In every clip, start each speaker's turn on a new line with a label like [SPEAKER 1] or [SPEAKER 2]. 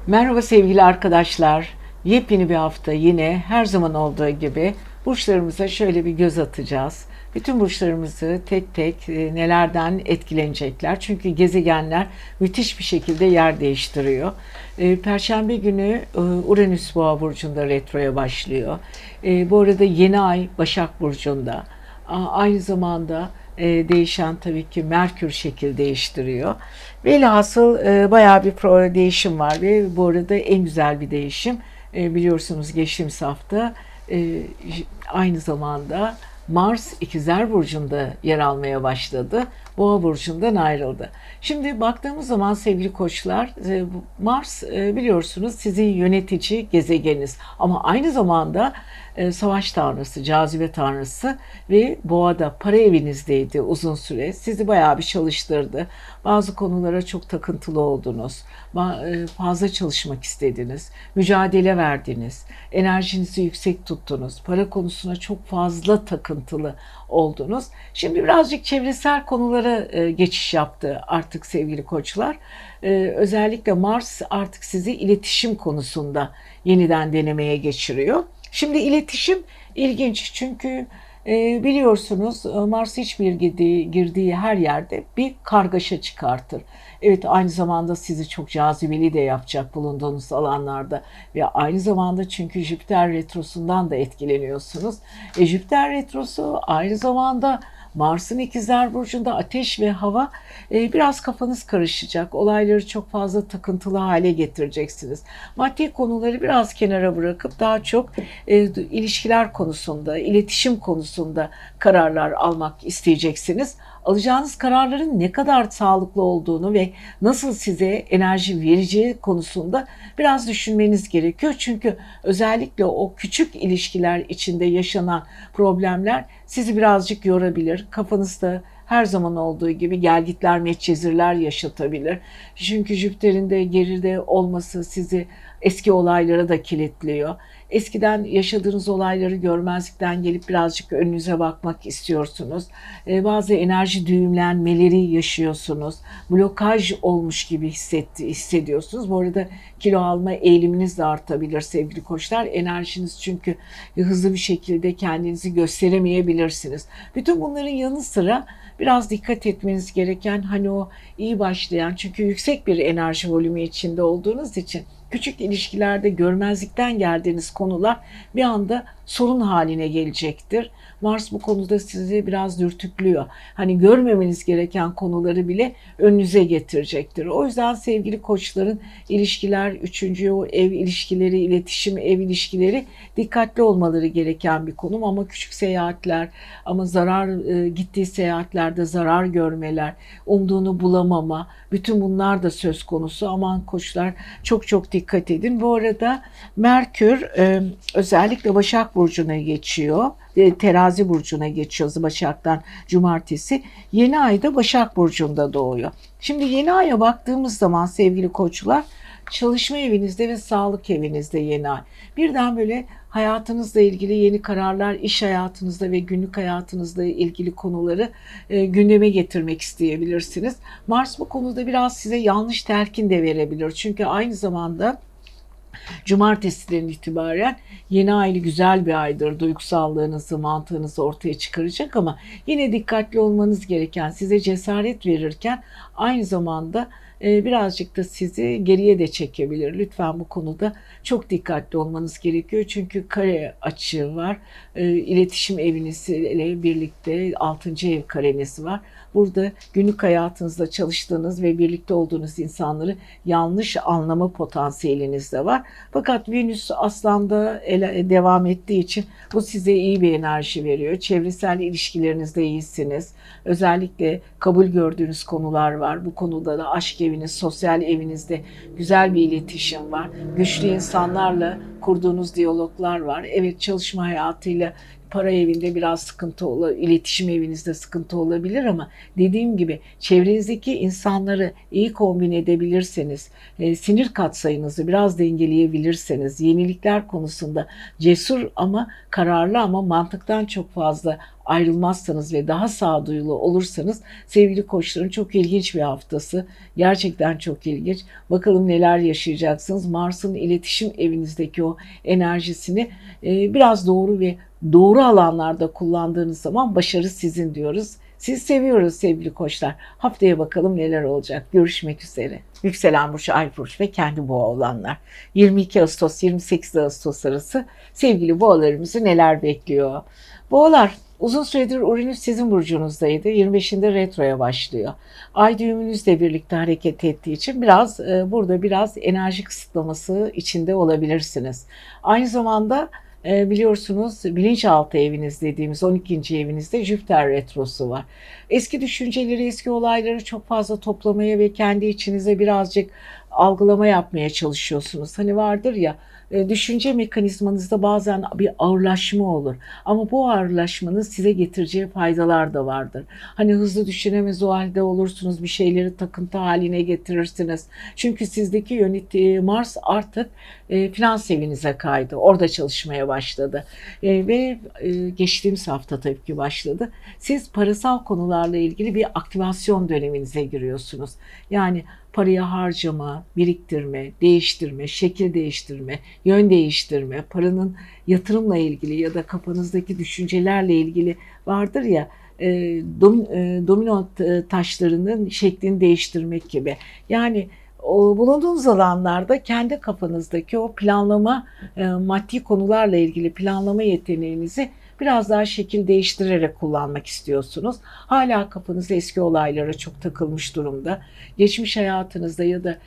[SPEAKER 1] Merhaba sevgili arkadaşlar. Yepyeni bir hafta yine her zaman olduğu gibi burçlarımıza şöyle bir göz atacağız. Bütün burçlarımızı tek tek nelerden etkilenecekler. Çünkü gezegenler müthiş bir şekilde yer değiştiriyor. Perşembe günü Uranüs Boğa burcunda retroya başlıyor. Bu arada yeni ay Başak burcunda. Aynı zamanda değişen tabii ki Merkür şekil değiştiriyor. Velhasıl bayağı bir değişim var ve bu arada en güzel bir değişim biliyorsunuz geçtiğimiz hafta aynı zamanda Mars İkizler Burcu'nda yer almaya başladı. Boğa Burcu'ndan ayrıldı. Şimdi baktığımız zaman sevgili koçlar, Mars biliyorsunuz sizin yönetici gezegeniniz. Ama aynı zamanda savaş tanrısı, cazibe tanrısı ve Boğa'da para evinizdeydi uzun süre. Sizi bayağı bir çalıştırdı. Bazı konulara çok takıntılı oldunuz. Fazla çalışmak istediniz. Mücadele verdiniz. Enerjinizi yüksek tuttunuz. Para konusuna çok fazla takıntılı oldunuz. Şimdi birazcık çevresel konulara geçiş yaptı artık sevgili koçlar. Özellikle Mars artık sizi iletişim konusunda yeniden denemeye geçiriyor. Şimdi iletişim ilginç çünkü biliyorsunuz Mars hiçbir girdiği her yerde bir kargaşa çıkartır. Evet, aynı zamanda sizi çok cazibeli de yapacak bulunduğunuz alanlarda ve aynı zamanda çünkü Jüpiter retrosundan da etkileniyorsunuz. Jüpiter retrosu aynı zamanda Mars'ın ikizler burcunda ateş ve hava, biraz kafanız karışacak. Olayları çok fazla takıntılı hale getireceksiniz. Maddi konuları biraz kenara bırakıp daha çok ilişkiler konusunda, iletişim konusunda kararlar almak isteyeceksiniz. Alacağınız kararların ne kadar sağlıklı olduğunu ve nasıl size enerji vereceği konusunda biraz düşünmeniz gerekiyor. Çünkü özellikle o küçük ilişkiler içinde yaşanan problemler sizi birazcık yorabilir. Kafanızda her zaman olduğu gibi gelgitler, medcezirler yaşatabilir. Çünkü Jüpiter'in de geride olması sizi eski olaylara da kilitliyor. Eskiden yaşadığınız olayları görmezlikten gelip birazcık önünüze bakmak istiyorsunuz. Bazı enerji düğümlenmeleri yaşıyorsunuz. Blokaj olmuş gibi hissediyorsunuz. Bu arada kilo alma eğiliminiz de artabilir sevgili koçlar. Enerjiniz çünkü hızlı bir şekilde kendinizi gösteremeyebilirsiniz. Bütün bunların yanı sıra biraz dikkat etmeniz gereken hani o iyi başlayan çünkü yüksek bir enerji volümü içinde olduğunuz için küçük ilişkilerde görmezlikten geldiğiniz konular bir anda sorun haline gelecektir. Mars bu konuda sizi biraz dürtüklüyor. Hani görmemeniz gereken konuları bile önünüze getirecektir. O yüzden sevgili koçların ilişkiler, üçüncü o ev ilişkileri, iletişim ev ilişkileri dikkatli olmaları gereken bir konu. Ama küçük seyahatler, ama gittiği seyahatlerde zarar görmeler, umduğunu bulamama, bütün bunlar da söz konusu. Aman koçlar çok çok dikkat edin. Bu arada Merkür özellikle Başak Burcu'na geçiyor. Terazi Burcu'na geçiyor Başak'tan cumartesi. Yeni ayda Başak Burcu'nda doğuyor. Şimdi yeni aya baktığımız zaman sevgili koçlar, çalışma evinizde ve sağlık evinizde yeni ay. Birden böyle hayatınızla ilgili yeni kararlar, iş hayatınızda ve günlük hayatınızla ilgili konuları gündeme getirmek isteyebilirsiniz. Mars bu konuda biraz size yanlış telkin de verebilir. Çünkü aynı zamanda cumartesiden itibaren yeni ay güzel bir aydır. Duygusallığınızı, mantığınızı ortaya çıkaracak ama yine dikkatli olmanız gereken, size cesaret verirken aynı zamanda birazcık da sizi geriye de çekebilir. Lütfen bu konuda çok dikkatli olmanız gerekiyor. Çünkü kare açığı var. İletişim evinizle birlikte 6. ev kareniz var. Burada günlük hayatınızda çalıştığınız ve birlikte olduğunuz insanları yanlış anlama potansiyeliniz de var. Fakat Venüs Aslan'da devam ettiği için bu size iyi bir enerji veriyor. Çevresel ilişkilerinizde iyisiniz. Özellikle kabul gördüğünüz konular var. Bu konuda da aşk eviniz, sosyal evinizde güzel bir iletişim var. Güçlü insanlarla kurduğunuz diyaloglar var. Evet, çalışma hayatıyla para evinde biraz sıkıntı olabilir, iletişim evinizde sıkıntı olabilir ama dediğim gibi çevrenizdeki insanları iyi kombin edebilirseniz, sinir katsayınızı biraz dengeleyebilirseniz, yenilikler konusunda cesur ama kararlı ama mantıktan çok fazla ayrılmazsanız ve daha sağduyulu olursanız sevgili koçların çok ilginç bir haftası. Gerçekten çok ilginç. Bakalım neler yaşayacaksınız. Mars'ın iletişim evinizdeki o enerjisini biraz doğru ve doğru alanlarda kullandığınız zaman başarı sizin diyoruz. Sizi seviyoruz sevgili koçlar. Haftaya bakalım neler olacak. Görüşmek üzere. Yükselen burç, ay burç ve kendi boğa olanlar. 22 Ağustos 28 Ağustos arası sevgili boğalarımızı neler bekliyor? Boğalar, uzun süredir Uranüs sizin burcunuzdaydı. 25'inde retroya başlıyor. Ay düğümünüzle birlikte hareket ettiği için burada biraz enerji kısıtlaması içinde olabilirsiniz. Aynı zamanda biliyorsunuz bilinçaltı eviniz dediğimiz 12. evinizde Jüpiter retrosu var. Eski düşünceleri, eski olayları çok fazla toplamaya ve kendi içinize birazcık algılama yapmaya çalışıyorsunuz. Hani vardır ya, düşünce mekanizmanızda bazen bir ağırlaşma olur. Ama bu ağırlaşmanın size getireceği faydalar da vardır. Hani hızlı düşünemez o halde olursunuz, bir şeyleri takıntı haline getirirsiniz. Çünkü sizdeki Mars artık finans evinize kaydı. Orada çalışmaya başladı. Ve geçtiğimiz hafta tabii ki başladı. Siz parasal konularla ilgili bir aktivasyon döneminize giriyorsunuz. Yani paraya harcama, biriktirme, değiştirme, şekil değiştirme, yön değiştirme, paranın yatırımla ilgili ya da kafanızdaki düşüncelerle ilgili vardır ya, domino taşlarının şeklini değiştirmek gibi. Yani bulunduğunuz alanlarda kendi kafanızdaki o planlama, maddi konularla ilgili planlama yeteneğinizi biraz daha şekil değiştirerek kullanmak istiyorsunuz. Hala kafanız eski olaylara çok takılmış durumda. Geçmiş hayatınızda ya da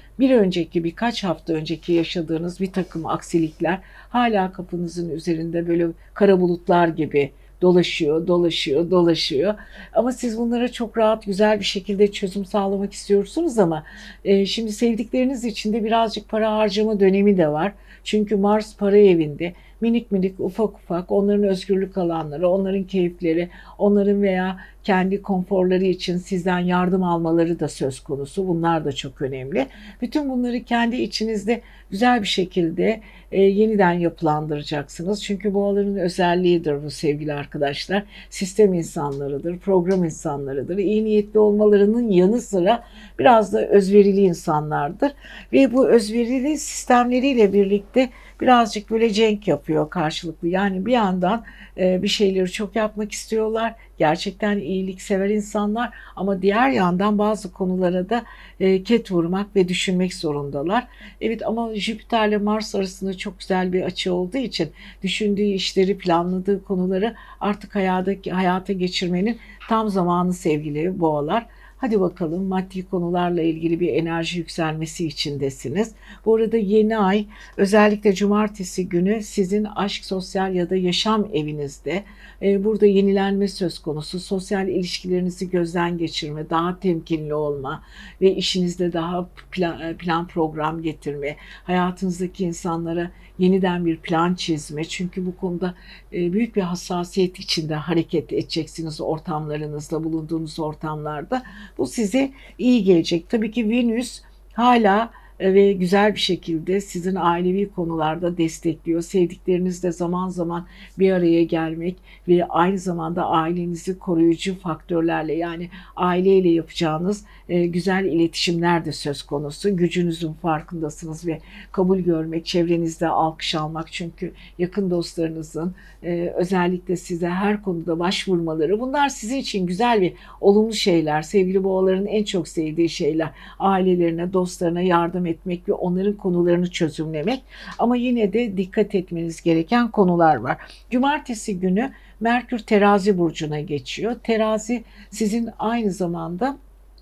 [SPEAKER 1] birkaç hafta önceki yaşadığınız bir takım aksilikler hala kafanızın üzerinde böyle kara bulutlar gibi dolaşıyor, dolaşıyor, dolaşıyor. Ama siz bunlara çok rahat, güzel bir şekilde çözüm sağlamak istiyorsunuz ama şimdi sevdikleriniz için de birazcık para harcama dönemi de var. Çünkü Mars para evinde minik minik, ufak ufak onların özgürlük alanları, onların keyifleri, onların veya kendi konforları için sizden yardım almaları da söz konusu. Bunlar da çok önemli. Bütün bunları kendi içinizde güzel bir şekilde yeniden yapılandıracaksınız. Çünkü boğaların özelliğidir bu sevgili arkadaşlar. Sistem insanlarıdır, program insanlarıdır. İyi niyetli olmalarının yanı sıra biraz da özverili insanlardır. Ve bu özverili sistemleriyle birlikte birazcık böyle cenk yapıyor karşılıklı. Yani bir yandan bir şeyleri çok yapmak istiyorlar. Gerçekten iyiliksever insanlar ama diğer yandan bazı konulara da ket vurmak ve düşünmek zorundalar. Evet, ama Jüpiter ile Mars arasında çok güzel bir açı olduğu için düşündüğü işleri, planladığı konuları artık hayata geçirmenin tam zamanı sevgili boğalar. Hadi bakalım, maddi konularla ilgili bir enerji yükselmesi içindesiniz. Bu arada yeni ay özellikle cumartesi günü sizin aşk, sosyal ya da yaşam evinizde. Burada yenilenme söz konusu. Sosyal ilişkilerinizi gözden geçirme, daha temkinli olma ve işinizde daha plan program getirme, hayatınızdaki insanlara yeniden bir plan çizme. Çünkü bu konuda büyük bir hassasiyet içinde hareket edeceksiniz ortamlarınızda, bulunduğunuz ortamlarda. Bu size iyi gelecek. Tabii ki Venüs hala ve güzel bir şekilde sizin ailevi konularda destekliyor. Sevdiklerinizle zaman zaman bir araya gelmek ve aynı zamanda ailenizi koruyucu faktörlerle, yani aileyle yapacağınız güzel iletişimler de söz konusu. Gücünüzün farkındasınız ve kabul görmek, çevrenizde alkış almak, çünkü yakın dostlarınızın özellikle size her konuda başvurmaları, bunlar sizin için güzel ve olumlu şeyler. Sevgili boğaların en çok sevdiği şeyler ailelerine, dostlarına yardım etmek ve onların konularını çözümlemek. Ama yine de dikkat etmeniz gereken konular var. Cumartesi günü Merkür Terazi burcuna geçiyor. Terazi sizin aynı zamanda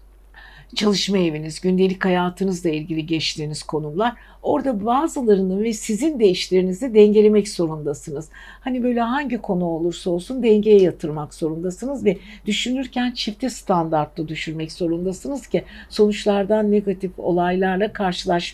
[SPEAKER 1] çalışma eviniz, gündelik hayatınızla ilgili geçtiğiniz konular. Orada bazılarını ve sizin de işlerinizi dengelemek zorundasınız. Hani böyle hangi konu olursa olsun dengeye yatırmak zorundasınız ve düşünürken çifte standartlı düşünmek zorundasınız ki sonuçlardan negatif olaylarla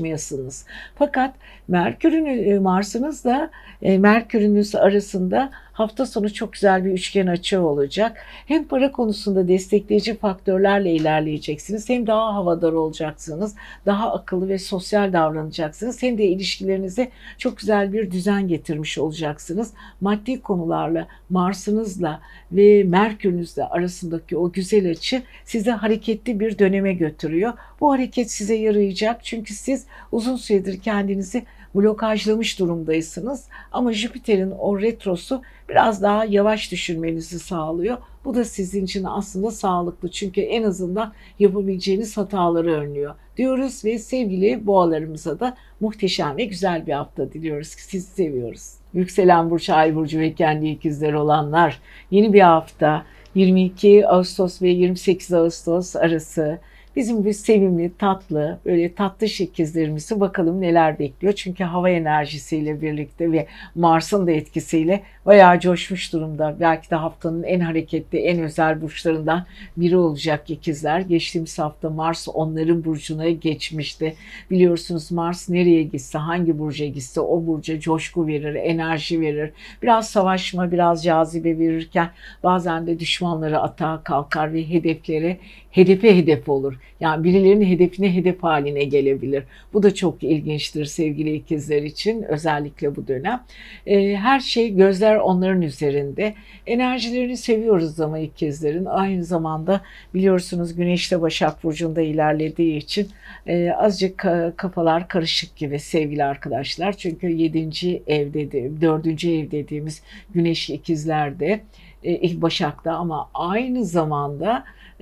[SPEAKER 1] karşılaşmayasınız. Fakat Merkür'ün Mars'ınızla Merkür'ünüz arasında Hafta sonu çok güzel bir üçgen açı olacak. Hem para konusunda destekleyici faktörlerle ilerleyeceksiniz, hem daha havadar olacaksınız, daha akıllı ve sosyal davranacaksınız, hem de ilişkilerinize çok güzel bir düzen getirmiş olacaksınız. Maddi konularla, Mars'ınızla ve Merkür'ünüzle arasındaki o güzel açı sizi hareketli bir döneme götürüyor. Bu hareket size yarayacak çünkü siz uzun süredir kendinizi blokajlamış durumdaysınız. Ama Jüpiter'in o retrosu biraz daha yavaş düşünmenizi sağlıyor. Bu da sizin için aslında sağlıklı çünkü en azından yapabileceğiniz hataları önlüyor diyoruz ve sevgili boğalarımıza da muhteşem ve güzel bir hafta diliyoruz ki sizi seviyoruz. Yükselen burç, ay burcu ve kendi ikizler olanlar, yeni bir hafta 22 Ağustos ve 28 Ağustos arası bizim bir sevimli, tatlı, böyle tatlı ikizlerimizi bakalım neler bekliyor. Çünkü hava enerjisiyle birlikte ve Mars'ın da etkisiyle bayağı coşmuş durumda. Belki de haftanın en hareketli, en özel burçlarından biri olacak ikizler. Geçtiğimiz hafta Mars onların burcuna geçmişti. Biliyorsunuz Mars nereye gitse, hangi burca gitse o burca coşku verir, enerji verir. Biraz savaşma, biraz cazibe verirken bazen de düşmanları atağa kalkar ve hedefe hedef olur. Yani birilerinin hedefine hedef haline gelebilir. Bu da çok ilginçtir sevgili ikizler için, özellikle bu dönem. Her şey, gözler onların üzerinde. Enerjilerini seviyoruz ama ikizlerin. Aynı zamanda biliyorsunuz Güneş de Başak Burcu'nda ilerlediği için azıcık kafalar karışık gibi sevgili arkadaşlar. Çünkü 7. evde, 4. ev dediğimiz Güneş ikizlerde, Başak'ta ama aynı zamanda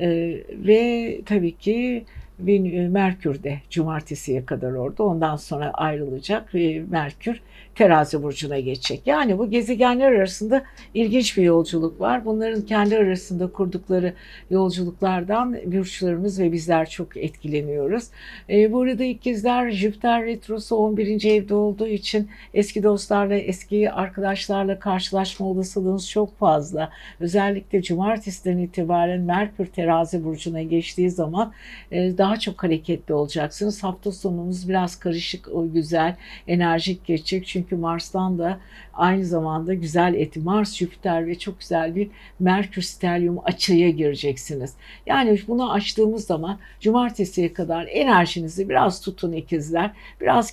[SPEAKER 1] ve tabii ki Merkür de cumartesiye kadar orada. Ondan sonra ayrılacak ve Merkür Terazi burcuna geçecek. Yani bu gezegenler arasında ilginç bir yolculuk var. Bunların kendi arasında kurdukları yolculuklardan burçlarımız ve bizler çok etkileniyoruz. Bu arada ikizler Jüpiter retrosu 11. evde olduğu için eski dostlarla, eski arkadaşlarla karşılaşma olasılığınız çok fazla. Özellikle cumartesiden itibaren Merkür Terazi burcuna geçtiği zaman daha çok hareketli olacaksınız. Hafta sonunuz biraz karışık, o güzel, enerjik geçecek. Çünkü Mars'tan da aynı zamanda güzel Mars, Jüpiter ve çok güzel bir Merkür Sterlium açıya gireceksiniz. Yani bunu açtığımız zaman cumartesiye kadar enerjinizi biraz tutun ikizler. Biraz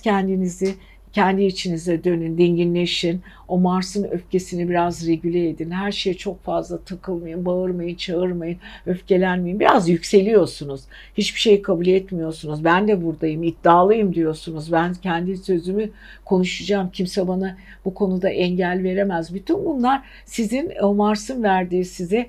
[SPEAKER 1] kendi içinize dönün, dinginleşin. O Mars'ın öfkesini biraz regüle edin. Her şeye çok fazla takılmayın, bağırmayın, çağırmayın, öfkelenmeyin. Biraz yükseliyorsunuz. Hiçbir şey kabul etmiyorsunuz. Ben de buradayım, iddialıyım diyorsunuz. Ben kendi sözümü konuşacağım. Kimse bana bu konuda engel veremez. Bütün bunlar sizin o Mars'ın verdiği size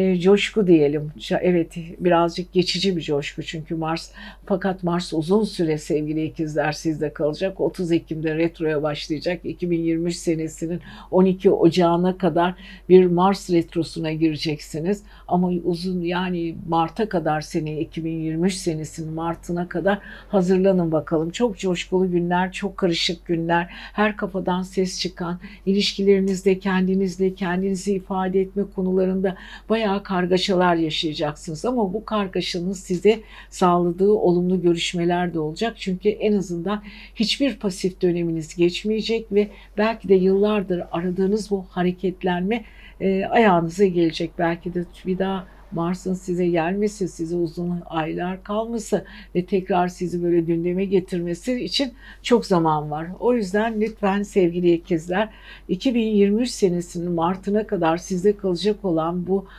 [SPEAKER 1] coşku diyelim. Evet, birazcık geçici bir coşku çünkü fakat Mars uzun süre sevgili ikizler sizde kalacak. 30 Ekim'de retroya başlayacak. 2023 senesinin 12 Ocağı'na kadar bir Mars retrosuna gireceksiniz. Ama uzun, yani Mart'a kadar, 2023 senesinin Mart'ına kadar hazırlanın bakalım. Çok coşkulu günler, çok karışık günler. Her kafadan ses çıkan, ilişkilerinizde kendinizi ifade etme konularında bayağı kargaşalar yaşayacaksınız ama bu kargaşanın size sağladığı olumlu görüşmeler de olacak. Çünkü en azından hiçbir pasif döneminiz geçmeyecek ve belki de yıllardır aradığınız bu hareketlenme ayağınıza gelecek. Belki de bir daha Mars'ın size gelmesi, size uzun aylar kalması ve tekrar sizi böyle gündeme getirmesi için çok zaman var. O yüzden lütfen sevgili ikizler, 2023 senesinin Mart'ına kadar sizde kalacak olan bu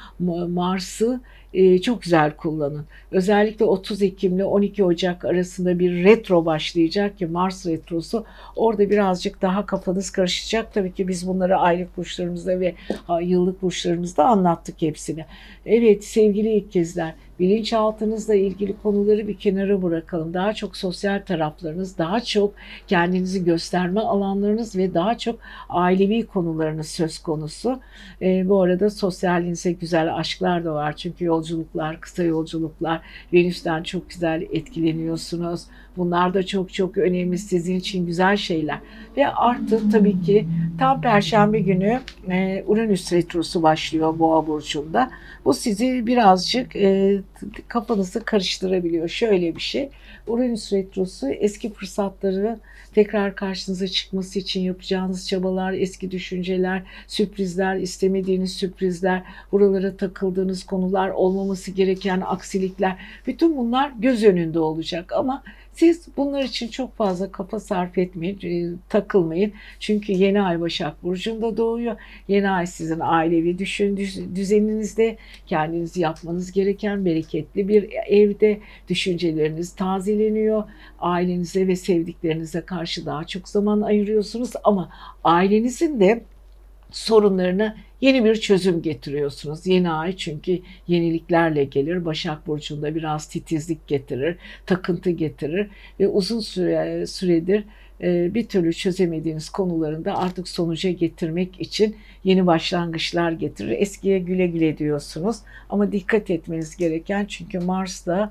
[SPEAKER 1] Mars'ı çok güzel kullanın. Özellikle 30 Ekim ile 12 Ocak arasında bir retro başlayacak ki Mars retrosu, orada birazcık daha kafanız karışacak. Tabii ki biz bunları aylık burçlarımızda ve yıllık burçlarımızda anlattık hepsini. Evet sevgili ikizler, bilinçaltınızla ilgili konuları bir kenara bırakalım. Daha çok sosyal taraflarınız, daha çok kendinizi gösterme alanlarınız ve daha çok ailevi konularınız söz konusu. Bu arada sosyalinize güzel aşklar da var. Çünkü yolculuklar, kısa yolculuklar, Venüs'ten çok güzel etkileniyorsunuz. Bunlar da çok çok önemli, sizin için güzel şeyler. Ve artı tabii ki tam Perşembe günü Uranüs retrosu başlıyor Boğa burcunda. Bu sizi birazcık kafanızı karıştırabiliyor. Şöyle bir şey. Uranüs retrosu eski fırsatları tekrar karşınıza çıkması için yapacağınız çabalar, eski düşünceler, sürprizler, istemediğiniz sürprizler, buralara takıldığınız konular, olmaması gereken aksilikler, bütün bunlar göz önünde olacak ama siz bunlar için çok fazla kafa sarf etmeyin, takılmayın. Çünkü yeni ay Başak Burcu'nda doğuyor. Yeni ay sizin ailevi düzeninizde, kendinizi yapmanız gereken bereketli bir evde düşünceleriniz tazeleniyor. Ailenize ve sevdiklerinize karşı daha çok zaman ayırıyorsunuz ama ailenizin de sorunlarına yeni bir çözüm getiriyorsunuz. Yeni ay çünkü yeniliklerle gelir. Başak Burcu'nda biraz titizlik getirir, takıntı getirir ve uzun süredir bir türlü çözemediğiniz konularında artık sonuca getirmek için yeni başlangıçlar getirir. Eskiye güle güle diyorsunuz ama dikkat etmeniz gereken, çünkü Mars'ta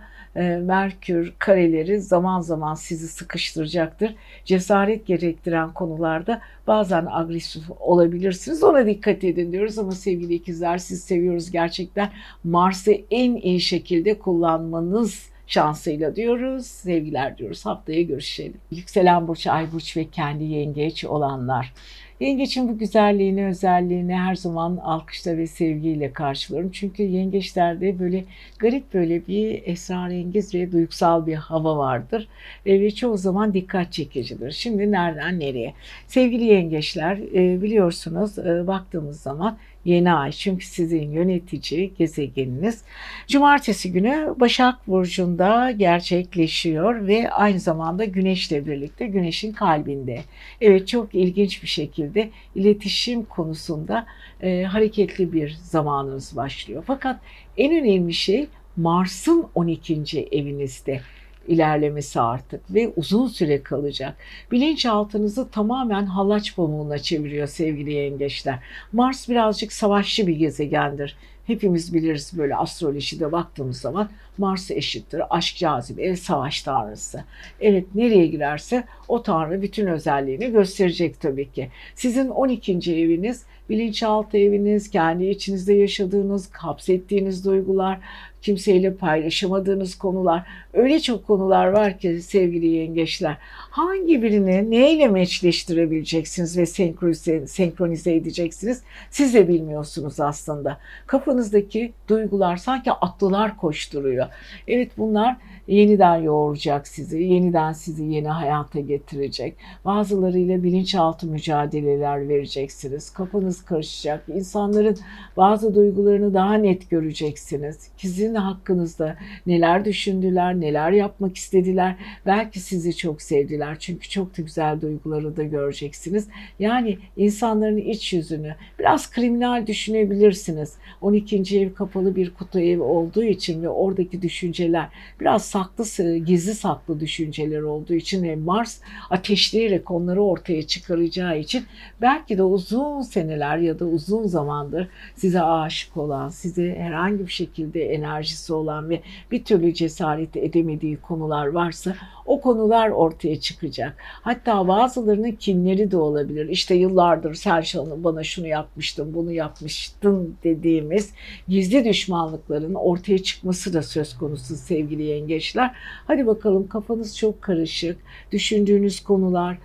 [SPEAKER 1] Merkür kareleri zaman zaman sizi sıkıştıracaktır. Cesaret gerektiren konularda bazen agresif olabilirsiniz. Ona dikkat edin diyoruz ama sevgili ikizler, siz seviyoruz gerçekten. Mars'ı en iyi şekilde kullanmanız şansıyla diyoruz. Sevgiler diyoruz. Haftaya görüşelim. Yükselen burç, ay burç ve kendi yengeç olanlar. Yengeçin bu güzelliğini, özelliğini her zaman alkışla ve sevgiyle karşılıyorum. Çünkü yengeçlerde böyle garip, böyle bir esrarengiz ve duygusal bir hava vardır. Ve çoğu zaman dikkat çekicidir. Şimdi nereden nereye? Sevgili yengeçler, biliyorsunuz baktığımız zaman yeni ay, çünkü sizin yönetici gezegeniniz Cumartesi günü Başak Burcu'nda gerçekleşiyor ve aynı zamanda Güneş'le birlikte Güneş'in kalbinde. Evet, çok ilginç bir şekilde iletişim konusunda hareketli bir zamanınız başlıyor. Fakat en önemli şey Mars'ın 12. evinizde ilerlemesi artık ve uzun süre kalacak. Bilinçaltınızı tamamen hallaç pamuğuna çeviriyor sevgili yengeçler. Mars birazcık savaşçı bir gezegendir. Hepimiz biliriz, böyle astrolojide baktığımız zaman Mars eşittir aşk, cazibe, savaş tanrısı. Evet, nereye girerse o tanrı bütün özelliğini gösterecek tabii ki. Sizin 12. eviniz, bilinçaltı eviniz, kendi içinizde yaşadığınız, hapsettiğiniz duygular, kimseyle paylaşamadığınız konular, öyle çok konular var ki sevgili yengeçler. Hangi birini neyle meçleştirebileceksiniz ve senkronize edeceksiniz? Siz de bilmiyorsunuz aslında. Kafanızdaki duygular sanki atlılar koşturuyor. Evet, bunlar yeniden yoğuracak sizi, yeniden sizi yeni hayata getirecek. Bazılarıyla bilinçaltı mücadeleler vereceksiniz. Kafanız karışacak. İnsanların bazı duygularını daha net göreceksiniz. Sizin hakkınızda neler düşündüler, neler yapmak istediler. Belki sizi çok sevdiler. Çünkü çok da güzel duyguları da göreceksiniz. Yani insanların iç yüzünü biraz kriminal düşünebilirsiniz. 12. ev kapalı bir kutu ev olduğu için ve oradaki düşünceler biraz saklı, gizli saklı düşünceler olduğu için ve Mars ateşleyerek onları ortaya çıkaracağı için belki de uzun seneler ya da uzun zamandır size aşık olan, size herhangi bir şekilde enerjisi olan ve bir türlü cesaret edemediği konular varsa o konular ortaya çıkacak. Hatta bazılarının kinleri de olabilir. İşte yıllardır sen bana şunu yapmıştın, bunu yapmıştın dediğimiz gizli düşmanlıkların ortaya çıkması da söz konusu sevgili yengeçler. Hadi bakalım, kafanız çok karışık. Düşündüğünüz konular,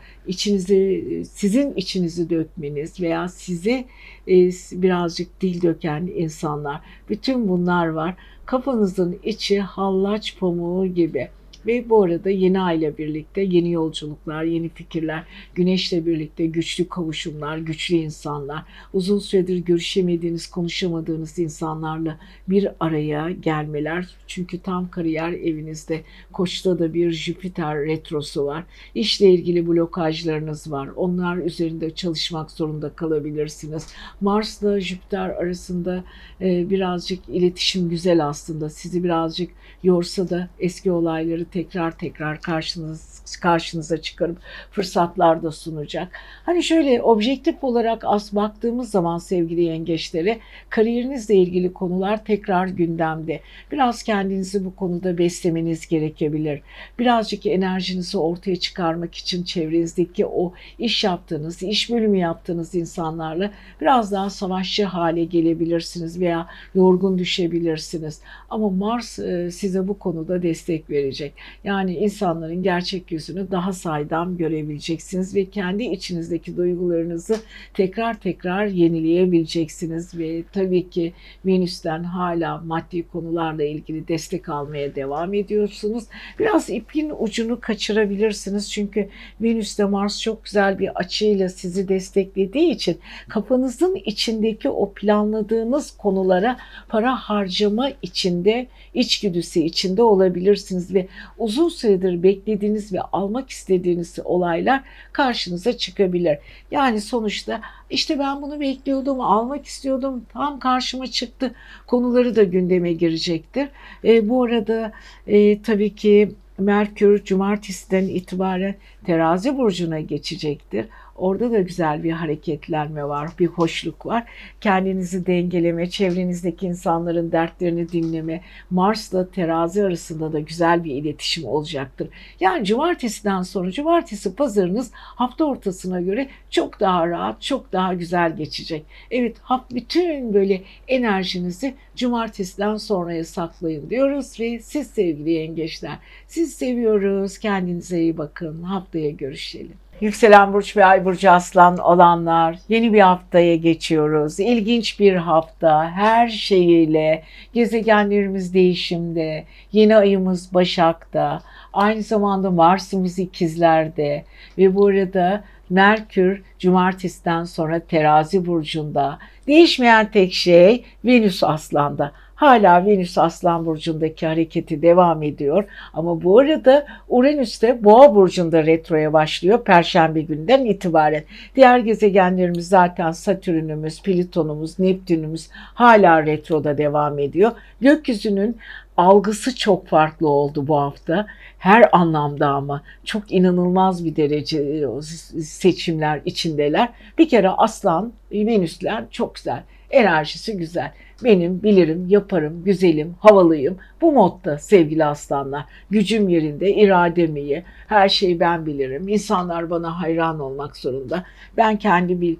[SPEAKER 1] sizin içinizi dökmeniz veya size birazcık dil döken insanlar. Bütün bunlar var. Kafanızın içi hallaç pamuğu gibi. Ve bu arada yeni ayla birlikte yeni yolculuklar, yeni fikirler, Güneş'le birlikte güçlü kavuşumlar, güçlü insanlar, uzun süredir görüşemediğiniz, konuşamadığınız insanlarla bir araya gelmeler. Çünkü tam kariyer evinizde Koç'ta da bir Jüpiter retrosu var. İşle ilgili blokajlarınız var. Onlar üzerinde çalışmak zorunda kalabilirsiniz. Mars'la Jüpiter arasında birazcık iletişim güzel aslında. Sizi birazcık yorsa da eski olayları tekrar tekrar karşınıza çıkarıp fırsatlar da sunacak. Hani şöyle objektif olarak baktığımız zaman sevgili yengeçlere, kariyerinizle ilgili konular tekrar gündemde. Biraz kendinizi bu konuda beslemeniz gerekebilir. Birazcık enerjinizi ortaya çıkarmak için çevrenizdeki o iş yaptığınız, iş bölümü yaptığınız insanlarla biraz daha savaşçı hale gelebilirsiniz veya yorgun düşebilirsiniz. Ama Mars size bu konuda destek verecek. Yani insanların gerçek yüzünü daha saydam görebileceksiniz ve kendi içinizdeki duygularınızı tekrar tekrar yenileyebileceksiniz ve tabii ki Venüs'ten hala maddi konularla ilgili destek almaya devam ediyorsunuz. Biraz ipin ucunu kaçırabilirsiniz çünkü Venüs'te Mars çok güzel bir açıyla sizi desteklediği için kafanızın içindeki o planladığınız konulara para harcama içinde, içgüdüsü içinde olabilirsiniz ve uzun süredir beklediğiniz ve almak istediğiniz olaylar karşınıza çıkabilir. Yani sonuçta işte ben bunu bekliyordum, almak istiyordum, tam karşıma çıktı konuları da gündeme girecektir. Bu arada tabii ki Merkür Cumartesi'den itibaren Terazi burcuna geçecektir. Orada da güzel bir hareketlenme var, bir hoşluk var. Kendinizi dengeleme, çevrenizdeki insanların dertlerini dinleme, Mars'la Terazi arasında da güzel bir iletişim olacaktır. Yani cumartesiden sonra, cumartesi pazarınız hafta ortasına göre çok daha rahat, çok daha güzel geçecek. Evet, bütün böyle enerjinizi cumartesiden sonraya saklayın diyoruz ve siz sevgili yengeçler, siz seviyoruz. Kendinize iyi bakın. Haftaya görüşelim. Yükselen burç ve ay burcu aslan olanlar, yeni bir haftaya geçiyoruz. İlginç bir hafta, her şeyiyle. Gezegenlerimiz değişimde, yeni ayımız Başak'ta, aynı zamanda Mars'ımız İkizler'de ve bu arada Merkür Cumartesi'den sonra Terazi burcunda. Değişmeyen tek şey Venüs Aslan'da. Hala Venüs Aslan burcundaki hareketi devam ediyor. Ama bu arada Uranüs de Boğa burcunda retroya başlıyor Perşembe günden itibaren. Diğer gezegenlerimiz zaten Satürn'ümüz, Plüton'umuz, Neptün'ümüz hala retroda devam ediyor. Gökyüzünün algısı çok farklı oldu bu hafta. Her anlamda ama çok inanılmaz bir derece seçimler içindeler. Bir kere Aslan, Venüsler çok güzel. Enerjisi güzel. Benim bilirim, yaparım, güzelim, havalıyım. Bu modda sevgili aslanlar. Gücüm yerinde, iradem iyi. Her şeyi ben bilirim. İnsanlar bana hayran olmak zorunda. Ben kendi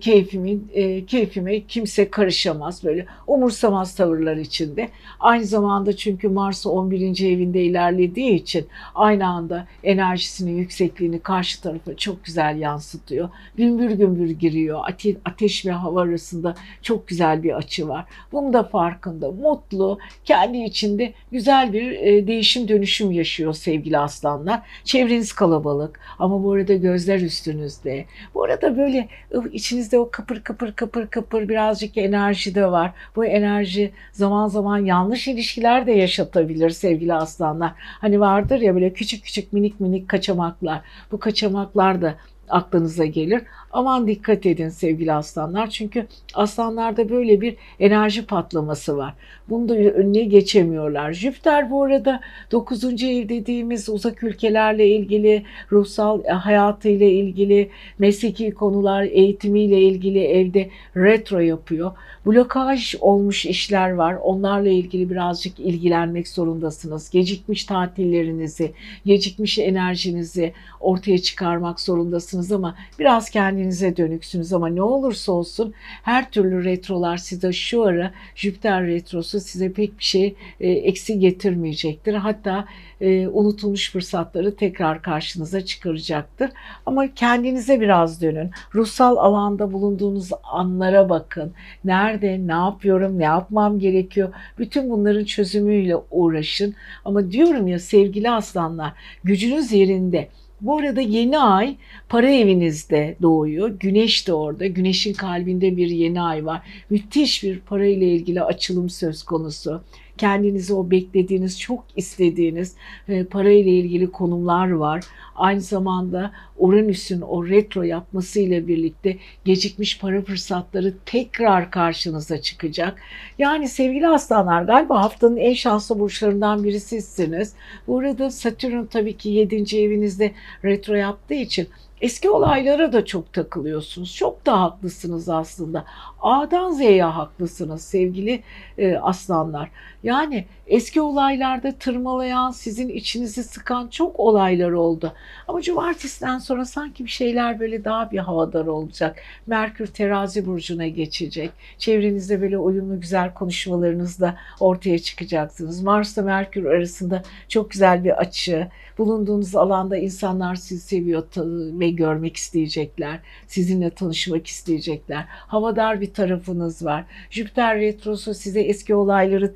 [SPEAKER 1] keyfime kimse karışamaz. Böyle umursamaz tavırlar içinde. Aynı zamanda çünkü Mars 11. evinde ilerlediği için aynı anda enerjisinin yüksekliğini karşı tarafa çok güzel yansıtıyor. Gümbür gümbür giriyor. Ateş ve hava arasında çok güzel bir açı var. Bunun da farkında, mutlu, kendi içinde güzel bir değişim dönüşüm yaşıyor sevgili aslanlar. Çevreniz kalabalık ama bu arada gözler üstünüzde. Bu arada böyle içinizde o kıpır birazcık enerji de var. Bu enerji zaman zaman yanlış ilişkiler de yaşatabilir sevgili aslanlar. Hani vardır ya böyle küçük minik kaçamaklar. Bu kaçamaklar da aklınıza gelir. Aman dikkat edin sevgili aslanlar. Çünkü aslanlarda böyle bir enerji patlaması var. Bunu da önüne geçemiyorlar. Jüpiter bu arada 9. ev dediğimiz uzak ülkelerle ilgili, ruhsal hayatıyla ilgili, mesleki konular, eğitimiyle ilgili evde retro yapıyor. Blokaj olmuş işler var. Onlarla ilgili birazcık ilgilenmek zorundasınız. Gecikmiş tatillerinizi, gecikmiş enerjinizi ortaya çıkarmak zorundasınız ama biraz kendinize dönüksünüz ama ne olursa olsun her türlü retrolar size şu ara Jüpiter retrosu size pek bir şey eksi getirmeyecektir. Hatta unutulmuş fırsatları tekrar karşınıza çıkaracaktır. Ama kendinize biraz dönün. Ruhsal alanda bulunduğunuz anlara bakın. Nerede, ne yapıyorum, ne yapmam gerekiyor? Bütün bunların çözümüyle uğraşın. Ama diyorum ya sevgili aslanlar, gücünüz yerinde. Bu arada yeni ay para evinizde doğuyor. Güneş de orada. Güneşin kalbinde bir yeni ay var. Müthiş bir parayla ilgili açılım söz konusu. kendinizi o beklediğiniz, çok istediğiniz parayla ilgili konumlar var. Aynı zamanda Uranüs'ün o retro yapmasıyla birlikte gecikmiş para fırsatları tekrar karşınıza çıkacak. Yani sevgili aslanlar, galiba haftanın en şanslı burçlarından birisisiniz. Burada Satürn tabii ki 7. evinizde retro yaptığı için eski olaylara da çok takılıyorsunuz. Çok da haklısınız aslında. A'dan Z'ye haklısınız sevgili aslanlar. Yani eski olaylarda tırmalayan, sizin içinizi sıkan çok olaylar oldu. Ama cumartesiden sonra sanki bir şeyler böyle daha bir havadar olacak. Merkür Terazi burcuna geçecek. Çevrenizde böyle uyumlu güzel konuşmalarınızla ortaya çıkacaksınız. Mars'la Merkür arasında çok güzel bir açı. Bulunduğunuz alanda insanlar sizi seviyor ve görmek isteyecekler. Sizinle tanışmak isteyecekler. Havadar bir tarafınız var. Jüpiter retrosu size eski olayları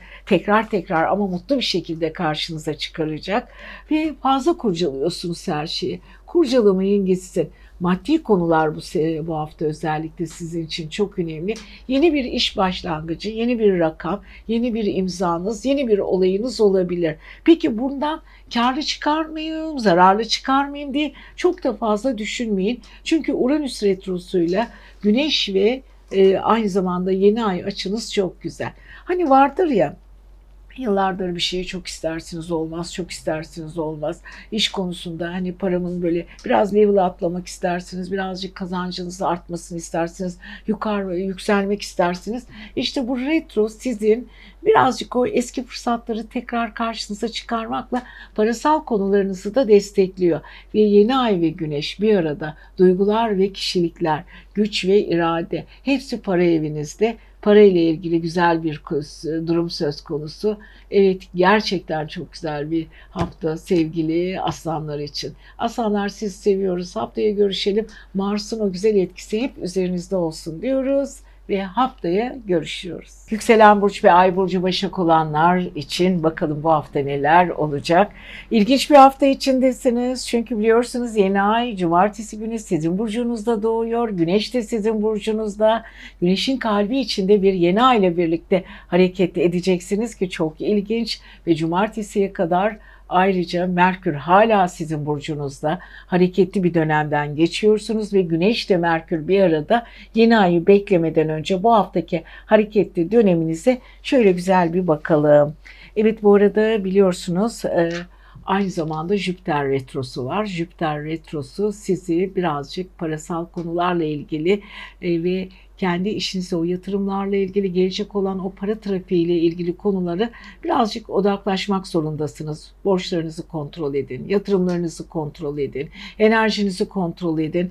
[SPEAKER 1] tekrar ama mutlu bir şekilde karşınıza çıkaracak. Ve fazla kurcalıyorsunuz her şeyi. Kurcalamayın gitsin. Maddi konular bu hafta özellikle sizin için çok önemli. Yeni bir iş başlangıcı, yeni bir rakam, yeni bir imzanız, yeni bir olayınız olabilir. Peki bundan karlı çıkar mıyım, zararlı çıkar mıyım diye çok da fazla düşünmeyin. Çünkü Uranüs retrosuyla Güneş ve aynı zamanda yeni ay açınız çok güzel. Hani vardır ya, yıllardır bir şeyi çok istersiniz olmaz, çok istersiniz olmaz. İş konusunda hani paramın böyle biraz level atlamak istersiniz, birazcık kazancınızın artmasını istersiniz, yukarı yükselmek istersiniz. İşte bu retro sizin birazcık o eski fırsatları tekrar karşınıza çıkarmakla parasal konularınızı da destekliyor. Ve yeni ay ve güneş bir arada, duygular ve kişilikler, güç ve irade hepsi para evinizde. Parayla ilgili güzel bir durum söz konusu. Evet, gerçekten çok güzel bir hafta sevgili aslanlar için. Aslanlar, sizi seviyoruz. Haftaya görüşelim. Mars'ın o güzel etkisi hep üzerinizde olsun diyoruz ve haftaya görüşüyoruz. Yükselen burç ve ay burcu Başak olanlar için bakalım bu hafta neler olacak. İlginç bir hafta içindesiniz. Çünkü biliyorsunuz yeni ay cumartesi günü sizin burcunuzda doğuyor. Güneş de sizin burcunuzda. Güneşin kalbi içinde bir yeni ay ile birlikte hareket edeceksiniz ki çok ilginç ve cumartesiye kadar ayrıca Merkür hala sizin burcunuzda, hareketli bir dönemden geçiyorsunuz ve Güneş de Merkür bir arada. Yeni ayı beklemeden önce bu haftaki hareketli döneminize şöyle güzel bir bakalım. Evet, bu arada biliyorsunuz aynı zamanda Jüpiter retrosu var. Jüpiter retrosu sizi birazcık parasal konularla ilgili ve kendi işinize, o yatırımlarla ilgili, gelecek olan o para trafiğiyle ilgili konuları birazcık odaklaşmak zorundasınız. Borçlarınızı kontrol edin, yatırımlarınızı kontrol edin, enerjinizi kontrol edin.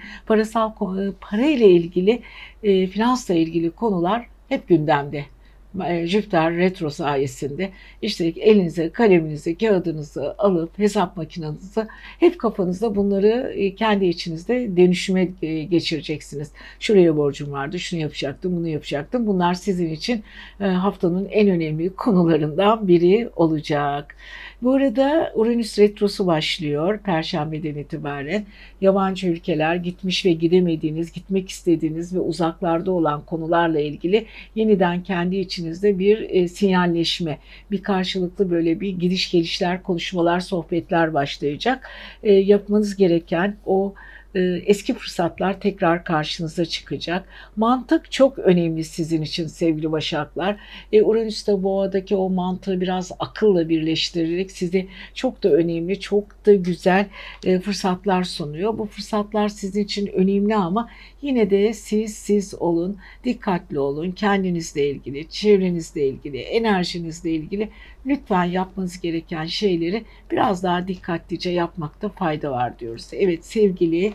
[SPEAKER 1] Parayla ilgili, finansla ilgili konular hep gündemde. Jüpiter retro sayesinde işte elinize kaleminizi, kağıdınızı alıp hesap makinenizi hep kafanızda bunları kendi içinizde dönüşüme geçireceksiniz. Şuraya borcum vardı, şunu yapacaktım, bunu yapacaktım. Bunlar sizin için haftanın en önemli konularından biri olacak. Bu arada Uranüs retrosu başlıyor Perşembeden itibaren. Yabancı ülkeler, gitmiş ve gidemediğiniz, gitmek istediğiniz ve uzaklarda olan konularla ilgili yeniden kendi içinizde bir sinyalleşme, bir karşılıklı böyle bir gidiş gelişler, konuşmalar, sohbetler başlayacak. Yapmanız gereken o eski fırsatlar tekrar karşınıza çıkacak. Mantık çok önemli sizin için sevgili Başaklar. Uranüs de Boğa'daki o mantığı biraz akılla birleştirerek size çok da önemli, çok da güzel fırsatlar sunuyor. Bu fırsatlar sizin için önemli ama yine de siz olun, dikkatli olun. Kendinizle ilgili, çevrenizle ilgili, enerjinizle ilgili lütfen yapmanız gereken şeyleri biraz daha dikkatlice yapmakta fayda var diyoruz. Evet sevgili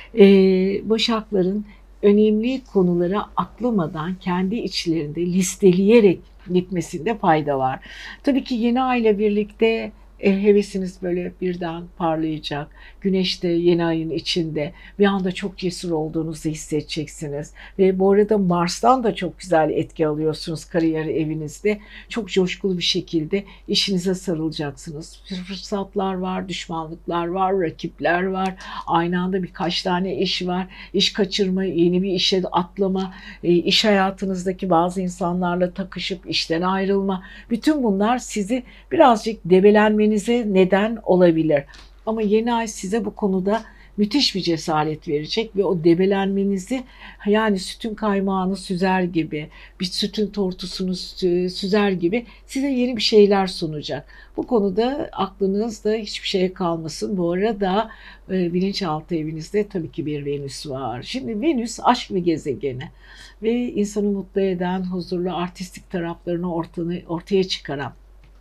[SPEAKER 1] Başakların önemli konuları atlamadan kendi içlerinde listeleyerek gitmesinde fayda var. Tabii ki yeni ay ile birlikte Hevesiniz böyle birden parlayacak. Güneş de yeni ayın içinde bir anda çok cesur olduğunuzu hissedeceksiniz. Ve bu arada Mars'tan da çok güzel etki alıyorsunuz kariyer evinizde. Çok coşkulu bir şekilde işinize sarılacaksınız. Fırsatlar var, düşmanlıklar var, rakipler var. Aynı anda birkaç tane iş var. İş kaçırma, yeni bir işe atlama, iş hayatınızdaki bazı insanlarla takışıp işten ayrılma. Bütün bunlar sizi birazcık debelenmenize neden olabilir. Ama yeni ay size bu konuda müthiş bir cesaret verecek ve o debelenmenizi, yani sütün kaymağını süzer gibi, bir sütün tortusunu süzer gibi size yeni bir şeyler sunacak. Bu konuda aklınızda hiçbir şeye kalmasın. Bu arada bilinçaltı evinizde tabii ki bir Venüs var. Şimdi Venüs aşk bir gezegeni ve insanı mutlu eden, huzurlu, artistik taraflarını ortaya çıkaran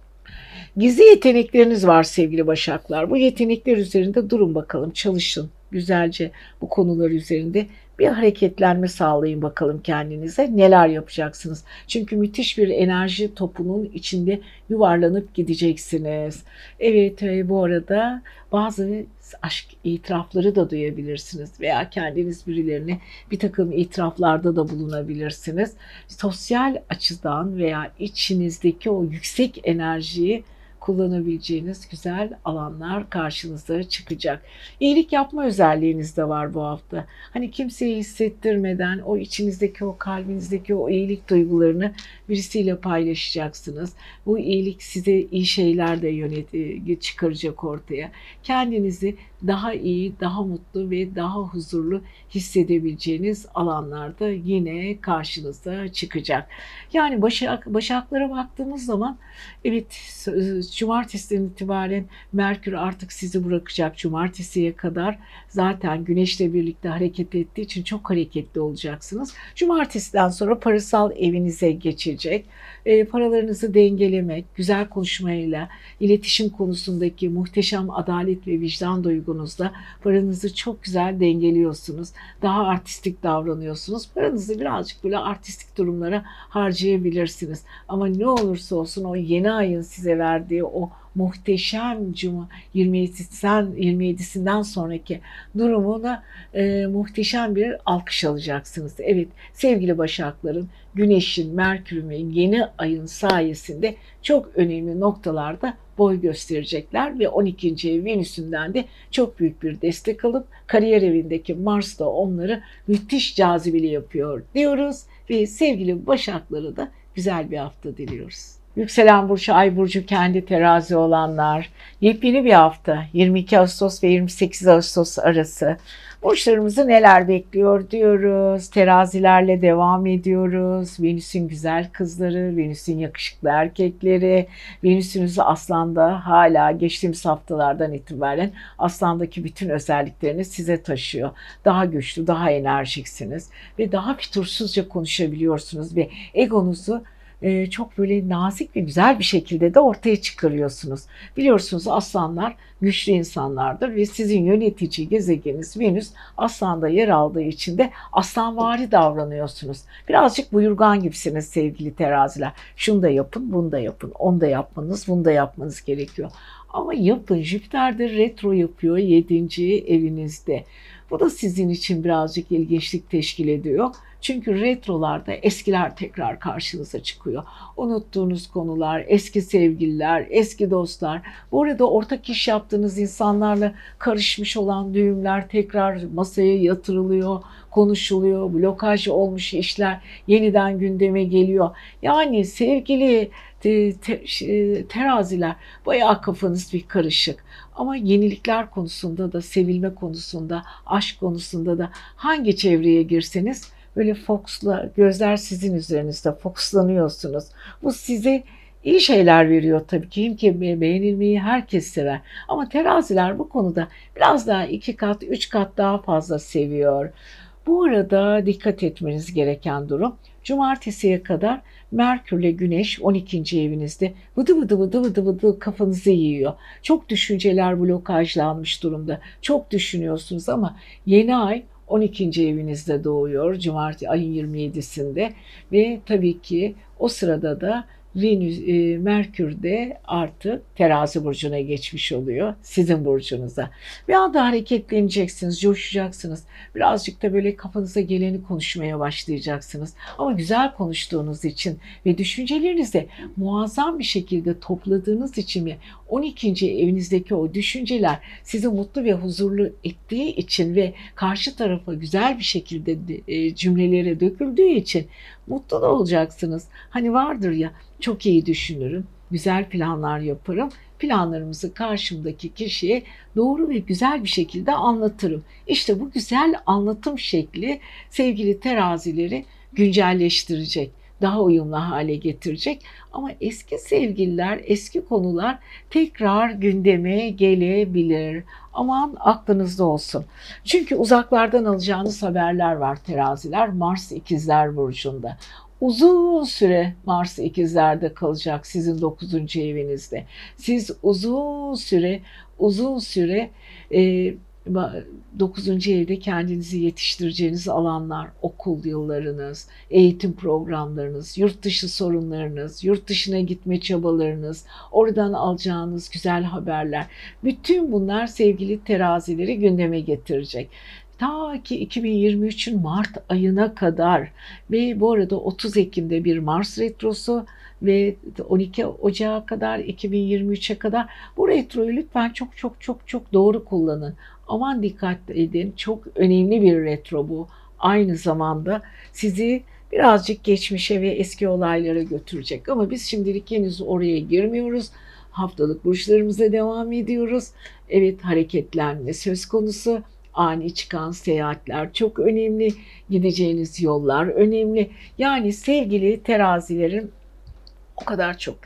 [SPEAKER 1] gizli yetenekleriniz var sevgili Başaklar. Bu yetenekler üzerinde durun bakalım, çalışın. Güzelce bu konular üzerinde bir hareketlenme sağlayın bakalım kendinize. Neler yapacaksınız? Çünkü müthiş bir enerji topunun içinde yuvarlanıp gideceksiniz. Evet, bu arada bazı aşk itirafları da duyabilirsiniz veya kendiniz birilerine bir takım itiraflarda da bulunabilirsiniz. Sosyal açıdan veya içinizdeki o yüksek enerjiyi kullanabileceğiniz güzel alanlar karşınıza çıkacak. İyilik yapma özelliğiniz de var bu hafta. Hani kimseye hissettirmeden o içinizdeki, o kalbinizdeki o iyilik duygularını birisiyle paylaşacaksınız. Bu iyilik size iyi şeyler de çıkaracak ortaya. Kendinizi daha iyi, daha mutlu ve daha huzurlu hissedebileceğiniz alanlarda yine karşınıza çıkacak. Yani Başaklara baktığımız zaman, evet, cumartesiden itibaren Merkür artık sizi bırakacak. Cumartesiye kadar zaten Güneş'le birlikte hareket ettiği için çok hareketli olacaksınız. Cumartesiden sonra parasal evinize geçecek. Paralarınızı dengelemek, güzel konuşmayla, iletişim konusundaki muhteşem adalet ve vicdan duygunuzla paranızı çok güzel dengeliyorsunuz. Daha artistik davranıyorsunuz. Paranızı birazcık böyle artistik durumlara harcayabilirsiniz. Ama ne olursa olsun o yeni ayın size verdiği o muhteşem 27'sinden sonraki durumuna muhteşem bir alkış alacaksınız. Evet sevgili Başakların, Güneş'in, Merkür'ün ve yeni ayın sayesinde çok önemli noktalarda boy gösterecekler ve 12. ev Venüs'ünden de çok büyük bir destek alıp kariyer evindeki Mars da onları müthiş cazibeli yapıyor diyoruz ve sevgili Başakları da güzel bir hafta diliyoruz. Yükselen burcu, ay burcu kendi terazi olanlar, yepyeni bir hafta 22 Ağustos ve 28 Ağustos arası burçlarımızı neler bekliyor diyoruz. Terazilerle devam ediyoruz. Venüs'ün güzel kızları, Venüs'ün yakışıklı erkekleri, Venüs'ünüzü Aslan'da hala geçtiğimiz haftalardan itibaren Aslan'daki bütün özelliklerini size taşıyor. Daha güçlü, daha enerjiksiniz ve daha fütursuzca konuşabiliyorsunuz ve egonuzu çok böyle nazik ve güzel bir şekilde de ortaya çıkarıyorsunuz. Biliyorsunuz aslanlar güçlü insanlardır ve sizin yönetici gezegeniniz Venüs Aslan'da yer aldığı için de aslanvari davranıyorsunuz. Birazcık buyurgan gibisiniz sevgili teraziler. Şunu da yapın, bunu da yapın, onu da yapmanız, bunu da yapmanız gerekiyor. Ama yapın, Jüpiter de retro yapıyor 7. evinizde. Bu da sizin için birazcık ilginçlik teşkil ediyor. Çünkü retrolarda eskiler tekrar karşınıza çıkıyor. Unuttuğunuz konular, eski sevgililer, eski dostlar. Bu arada ortak iş yaptığınız insanlarla karışmış olan düğümler tekrar masaya yatırılıyor, konuşuluyor. Blokaj olmuş işler yeniden gündeme geliyor. Yani sevgili teraziler, bayağı kafanız bir karışık. Ama yenilikler konusunda da, sevilme konusunda, aşk konusunda da hangi çevreye girseniz böyle fokusla, gözler sizin üzerinizde fokuslanıyorsunuz. Bu size iyi şeyler veriyor tabii ki. Kim beğenilmeyi herkes sever. Ama teraziler bu konuda biraz daha 2 kat, 3 kat daha fazla seviyor. Bu arada dikkat etmeniz gereken durum, cumartesiye kadar Merkürle Güneş 12. evinizde vıdı vıdı vıdı vıdı vıdı kafanızı yiyor. Çok düşünceler blokajlanmış durumda. Çok düşünüyorsunuz ama yeni ay 12. evinizde doğuyor. Cumartesi ayın 27'sinde ve tabii ki o sırada da Merkür de artık Terazi burcuna geçmiş oluyor, sizin burcunuza. Bir anda hareketleneceksiniz, coşacaksınız. Birazcık da böyle kafanıza geleni konuşmaya başlayacaksınız. Ama güzel konuştuğunuz için ve düşüncelerinizi muazzam bir şekilde topladığınız için ve 12. evinizdeki o düşünceler sizi mutlu ve huzurlu ettiği için ve karşı tarafa güzel bir şekilde cümlelere döküldüğü için mutlu da olacaksınız. Hani vardır ya, çok iyi düşünürüm, güzel planlar yaparım, planlarımızı karşımdaki kişiye doğru ve güzel bir şekilde anlatırım. İşte bu güzel anlatım şekli sevgili terazileri güncelleştirecek, daha uyumlu hale getirecek. Ama eski sevgililer, eski konular tekrar gündeme gelebilir. Aman aklınızda olsun. Çünkü uzaklardan alacağınız haberler var teraziler. Mars İkizler Burcu'nda. Uzun süre Mars İkizler'de kalacak sizin 9. evinizde. Siz uzun süre 9. evde kendinizi yetiştireceğiniz alanlar, okul yıllarınız, eğitim programlarınız, yurt dışı sorunlarınız, yurt dışına gitme çabalarınız, oradan alacağınız güzel haberler. Bütün bunlar sevgili terazileri gündeme getirecek. Ta ki 2023'ün Mart ayına kadar ve bu arada 30 Ekim'de bir Mars retrosu ve 12 Ocağı kadar 2023'e kadar bu retroyu lütfen çok doğru kullanın. Aman dikkat edin, çok önemli bir retro bu. Aynı zamanda sizi birazcık geçmişe ve eski olaylara götürecek. Ama biz şimdilik henüz oraya girmiyoruz. Haftalık burçlarımıza devam ediyoruz. Evet, hareketlenme söz konusu. Ani çıkan seyahatler çok önemli. Gideceğiniz yollar önemli. Yani sevgili terazilerin o kadar çok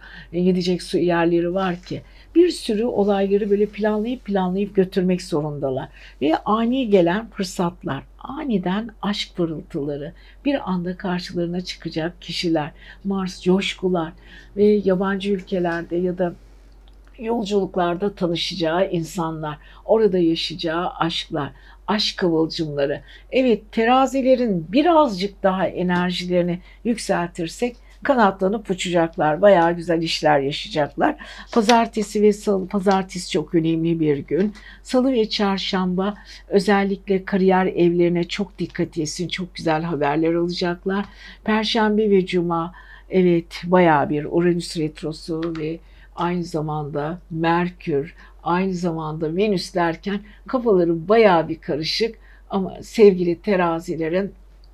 [SPEAKER 1] gidecek yerleri var ki bir sürü olayları böyle planlayıp götürmek zorundalar. Ve ani gelen fırsatlar, aniden aşk pırıltıları, bir anda karşılarına çıkacak kişiler, Mars coşkular ve yabancı ülkelerde ya da yolculuklarda tanışacağı insanlar, orada yaşayacağı aşklar, aşk kıvılcımları. Evet, terazilerin birazcık daha enerjilerini yükseltirsek kanatlanıp uçacaklar. Bayağı güzel işler yaşayacaklar. Pazartesi ve salı, pazartesi çok önemli bir gün. Salı ve çarşamba özellikle kariyer evlerine çok dikkat etsin. Çok güzel haberler alacaklar. Perşembe ve cuma evet bayağı bir Uranüs retrosu ve aynı zamanda Merkür, aynı zamanda Venüs derken kafaları bayağı bir karışık. Ama sevgili terazilerin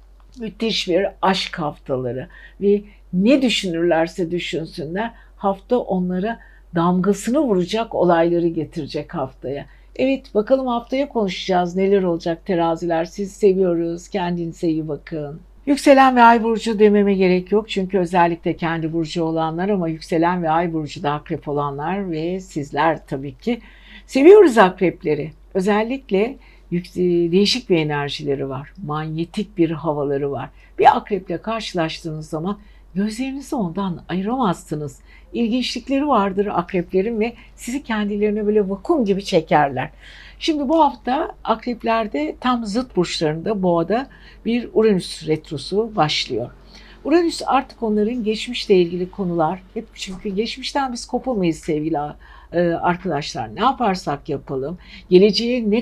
[SPEAKER 1] müthiş bir aşk haftaları ve ne düşünürlerse düşünsünler hafta onlara damgasını vuracak olayları getirecek haftaya. Evet, bakalım haftaya konuşacağız, neler olacak teraziler. Sizi seviyoruz, kendinize iyi bakın. Yükselen ve ay burcu dememe gerek yok çünkü özellikle kendi burcu olanlar ama yükselen ve ay burcu da akrep olanlar ve sizler tabii ki seviyoruz akrepleri. Özellikle değişik bir enerjileri var, manyetik bir havaları var. Bir akreple karşılaştığınız zaman gözlerinizi ondan ayıramazsınız. İlginçlikleri vardır akreplerin ve sizi kendilerine böyle vakum gibi çekerler. Şimdi bu hafta akreplerde tam zıt burçlarında Boğa'da bir Uranüs retrosu başlıyor. Uranüs artık onların geçmişle ilgili konular, hep çünkü geçmişten biz kopamayız sevgili arkadaşlar. Ne yaparsak yapalım, geleceğe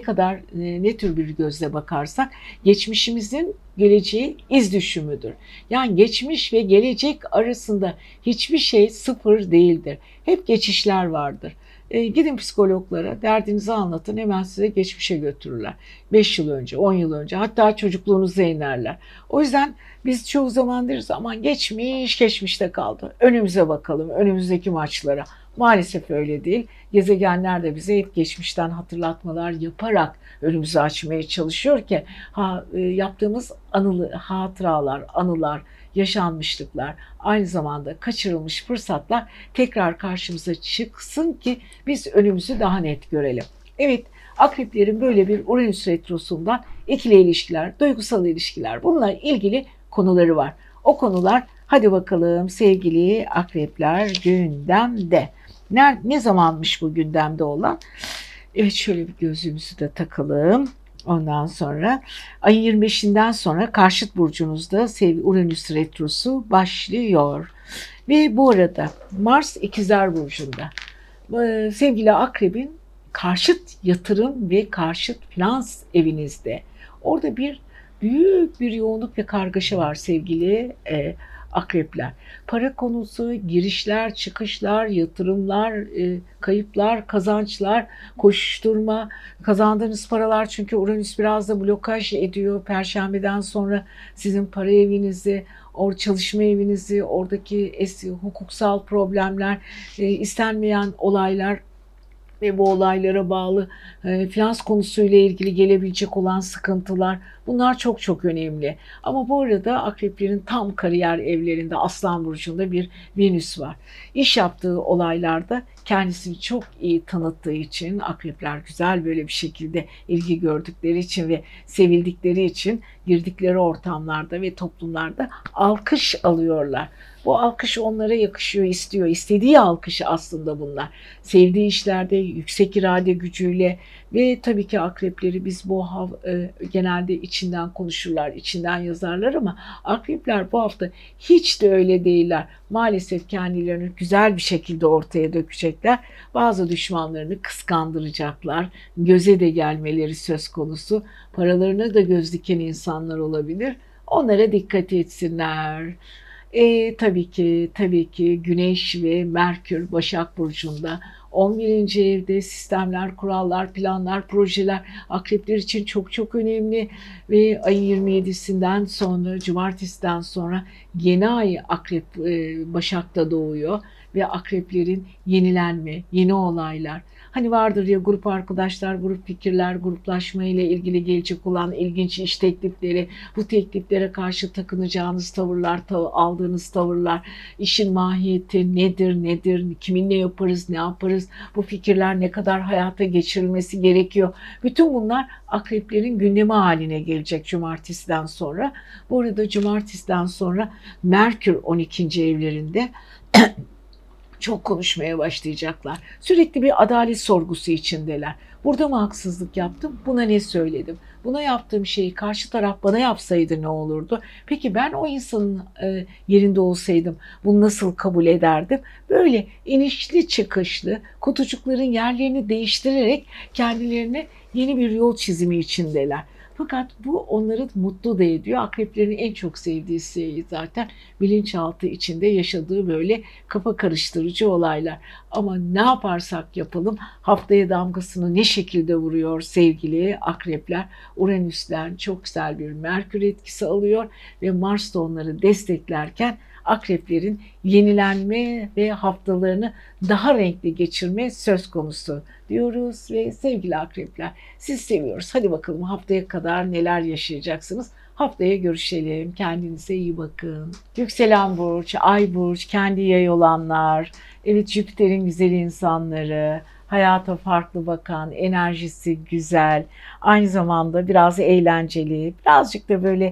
[SPEAKER 1] ne tür bir gözle bakarsak geçmişimizin geleceği iz düşümüdür. Yani geçmiş ve gelecek arasında hiçbir şey sıfır değildir. Hep geçişler vardır. Gidin psikologlara, derdinizi anlatın, hemen size geçmişe götürürler. 5 yıl önce, 10 yıl önce, hatta çocukluğunuza inerler. O yüzden biz çoğu zaman deriz aman geçmiş geçmişte kaldı. Önümüze bakalım, önümüzdeki maçlara. Maalesef öyle değil. Gezegenler de bize hep geçmişten hatırlatmalar yaparak önümüzü açmaya çalışıyor ki yaptığımız hatıralar, anılar, yaşanmışlıklar, aynı zamanda kaçırılmış fırsatlar tekrar karşımıza çıksın ki biz önümüzü daha net görelim. Evet, akreplerin böyle bir Uranüs retrosundan ikili ilişkiler, duygusal ilişkiler, bununla ilgili konuları var. O konular, hadi bakalım sevgili akrepler, gündemde. Ne zamanmış bu gündemde olan? Evet, şöyle bir gözlüğümüzü de takalım. Ondan sonra ayın 25'inden sonra karşıt burcunuzda Uranüs retrosu başlıyor. Ve bu arada Mars İkizler Burcu'nda. Sevgili Akrebin karşıt yatırım ve karşıt finans evinizde. Orada büyük bir yoğunluk ve kargaşa var sevgili akrepler. Para konusu, girişler, çıkışlar, yatırımlar, kayıplar, kazançlar, koşuşturma, kazandığınız paralar, çünkü Uranüs biraz da blokaj ediyor. Perşembeden sonra sizin para evinizi, çalışma evinizi, oradaki hukuksal problemler, istenmeyen olaylar ve bu olaylara bağlı finans konusuyla ilgili gelebilecek olan sıkıntılar, bunlar çok çok önemli. Ama bu arada akreplerin tam kariyer evlerinde Aslan Burcu'nda bir Venüs var. İş yaptığı olaylarda kendisini çok iyi tanıttığı için, akrepler güzel böyle bir şekilde ilgi gördükleri için ve sevildikleri için girdikleri ortamlarda ve toplumlarda alkış alıyorlar. Bu alkış onlara yakışıyor, istiyor. İstediği alkışı aslında bunlar. Sevdiği işlerde yüksek irade gücüyle ve tabii ki akrepleri biz genelde içinden konuşurlar, içinden yazarlar, ama akrepler bu hafta hiç de öyle değiller. Maalesef kendilerini güzel bir şekilde ortaya dökecekler. Bazı düşmanlarını kıskandıracaklar. Göze de gelmeleri söz konusu. Paralarına da göz diken insanlar olabilir. Onlara dikkat etsinler. Tabii ki Güneş ve Merkür Başak Burcu'nda 11. evde sistemler, kurallar, planlar, projeler akrepler için çok çok önemli ve ayın 27'sinden sonra, cumartesiden sonra yeni ay akrep Başak'ta doğuyor ve akreplerin yenilenme, yeni olaylar. Hani vardır ya, grup arkadaşlar, grup fikirler, gruplaşma ile ilgili gelecek olan ilginç iş teklifleri, bu tekliflere karşı takınacağınız tavırlar, aldığınız tavırlar, işin mahiyeti nedir, kiminle yaparız, ne yaparız, bu fikirler ne kadar hayata geçirilmesi gerekiyor. Bütün bunlar akreplerin gündemi haline gelecek cumartesiden sonra. Bu arada cumartesiden sonra Merkür 12. evlerinde çok konuşmaya başlayacaklar. Sürekli bir adalet sorgusu içindeler. Burada mı haksızlık yaptım? Buna ne söyledim? Buna yaptığım şeyi karşı taraf bana yapsaydı ne olurdu? Peki ben o insanın yerinde olsaydım bunu nasıl kabul ederdim? Böyle inişli çıkışlı kutucukların yerlerini değiştirerek kendilerine yeni bir yol çizimi içindeler. Fakat bu onları mutlu da ediyor. Akreplerin en çok sevdiği şey zaten bilinçaltı içinde yaşadığı böyle kafa karıştırıcı olaylar. Ama ne yaparsak yapalım haftaya damgasını ne şekilde vuruyor sevgili akrepler? Uranüs'ten çok güzel bir Merkür etkisi alıyor ve Mars da onları desteklerken akreplerin yenilenme ve haftalarını daha renkli geçirme söz konusu diyoruz ve sevgili akrepler, siz seviyoruz. Hadi bakalım haftaya kadar neler yaşayacaksınız? Haftaya görüşelim. Kendinize iyi bakın. Yükselen burç, ay burç, kendi yay olanlar, evet Jüpiter'in güzel insanları, hayata farklı bakan, enerjisi güzel, aynı zamanda biraz eğlenceli, birazcık da böyle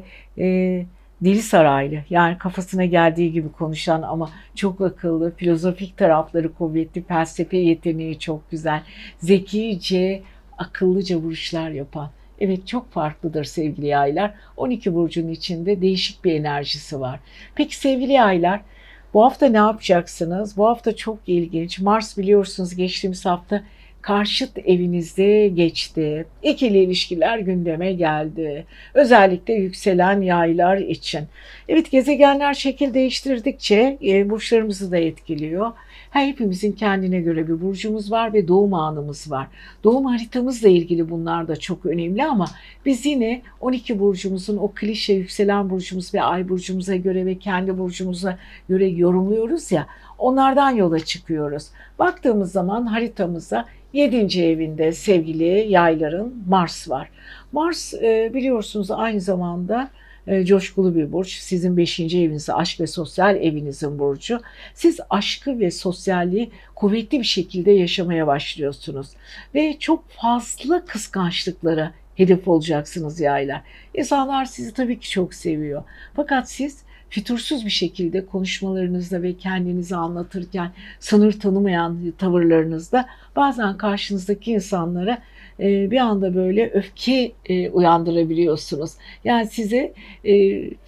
[SPEAKER 1] dili saraylı, yani kafasına geldiği gibi konuşan ama çok akıllı, filozofik tarafları kuvvetli, felsefe yeteneği çok güzel, zekice, akıllıca vuruşlar yapan. Evet, çok farklıdır sevgili yaylar. 12 burcun içinde değişik bir enerjisi var. Peki sevgili yaylar, bu hafta ne yapacaksınız? Bu hafta çok ilginç. Mars biliyorsunuz geçtiğimiz hafta karşıt evinizde geçti. İkili ilişkiler gündeme geldi. Özellikle yükselen yaylar için. Evet, gezegenler şekil değiştirdikçe burçlarımızı da etkiliyor. Hepimizin kendine göre bir burcumuz var ve doğum anımız var. Doğum haritamızla ilgili bunlar da çok önemli ama biz yine 12 burcumuzun o klişe yükselen burcumuz ve ay burcumuza göre ve kendi burcumuza göre yorumluyoruz ya, onlardan yola çıkıyoruz. Baktığımız zaman haritamıza 7. evinde sevgili yayların Mars var. Mars biliyorsunuz aynı zamanda coşkulu bir burç. Sizin 5. eviniz, aşk ve sosyal evinizin burcu. Siz aşkı ve sosyalliği kuvvetli bir şekilde yaşamaya başlıyorsunuz. Ve çok fazla kıskançlıklara hedef olacaksınız yaylar. İnsanlar sizi tabii ki çok seviyor. Fakat siz fütursuz bir şekilde konuşmalarınızda ve kendinizi anlatırken sınır tanımayan tavırlarınızda bazen karşınızdaki insanlara bir anda böyle öfke uyandırabiliyorsunuz. Yani size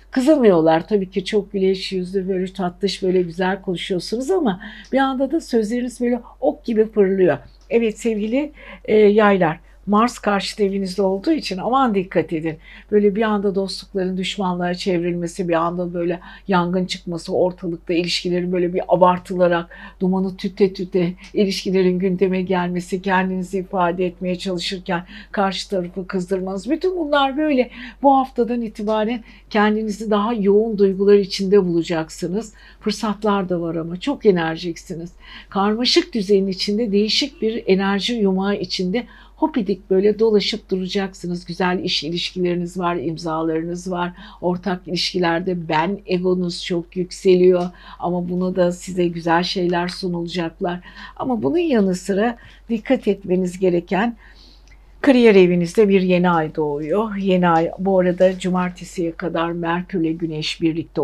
[SPEAKER 1] Kızamıyorlar. Tabii ki çok güleç yüzlü, böyle tatlış, böyle güzel konuşuyorsunuz ama bir anda da sözleriniz böyle ok gibi fırlıyor. Evet sevgili yaylar. Mars karşıt evinizde olduğu için aman dikkat edin. Böyle bir anda dostlukların düşmanlığa çevrilmesi, bir anda böyle yangın çıkması, ortalıkta ilişkilerin böyle bir abartılarak dumanı tüte tüte ilişkilerin gündeme gelmesi, kendinizi ifade etmeye çalışırken karşı tarafı kızdırmanız. Bütün bunlar böyle bu haftadan itibaren kendinizi daha yoğun duygular içinde bulacaksınız. Fırsatlar da var ama çok enerjiksiniz. Karmaşık düzenin içinde değişik bir enerji yumağı içinde hopidik böyle dolaşıp duracaksınız. Güzel iş ilişkileriniz var, imzalarınız var. Ortak ilişkilerde ben egonuz çok yükseliyor. Ama buna da size güzel şeyler sunulacaklar. Ama bunun yanı sıra dikkat etmeniz gereken kariyer evinizde bir yeni ay doğuyor. Yeni ay bu arada cumartesiye kadar Merkürle Güneş birlikte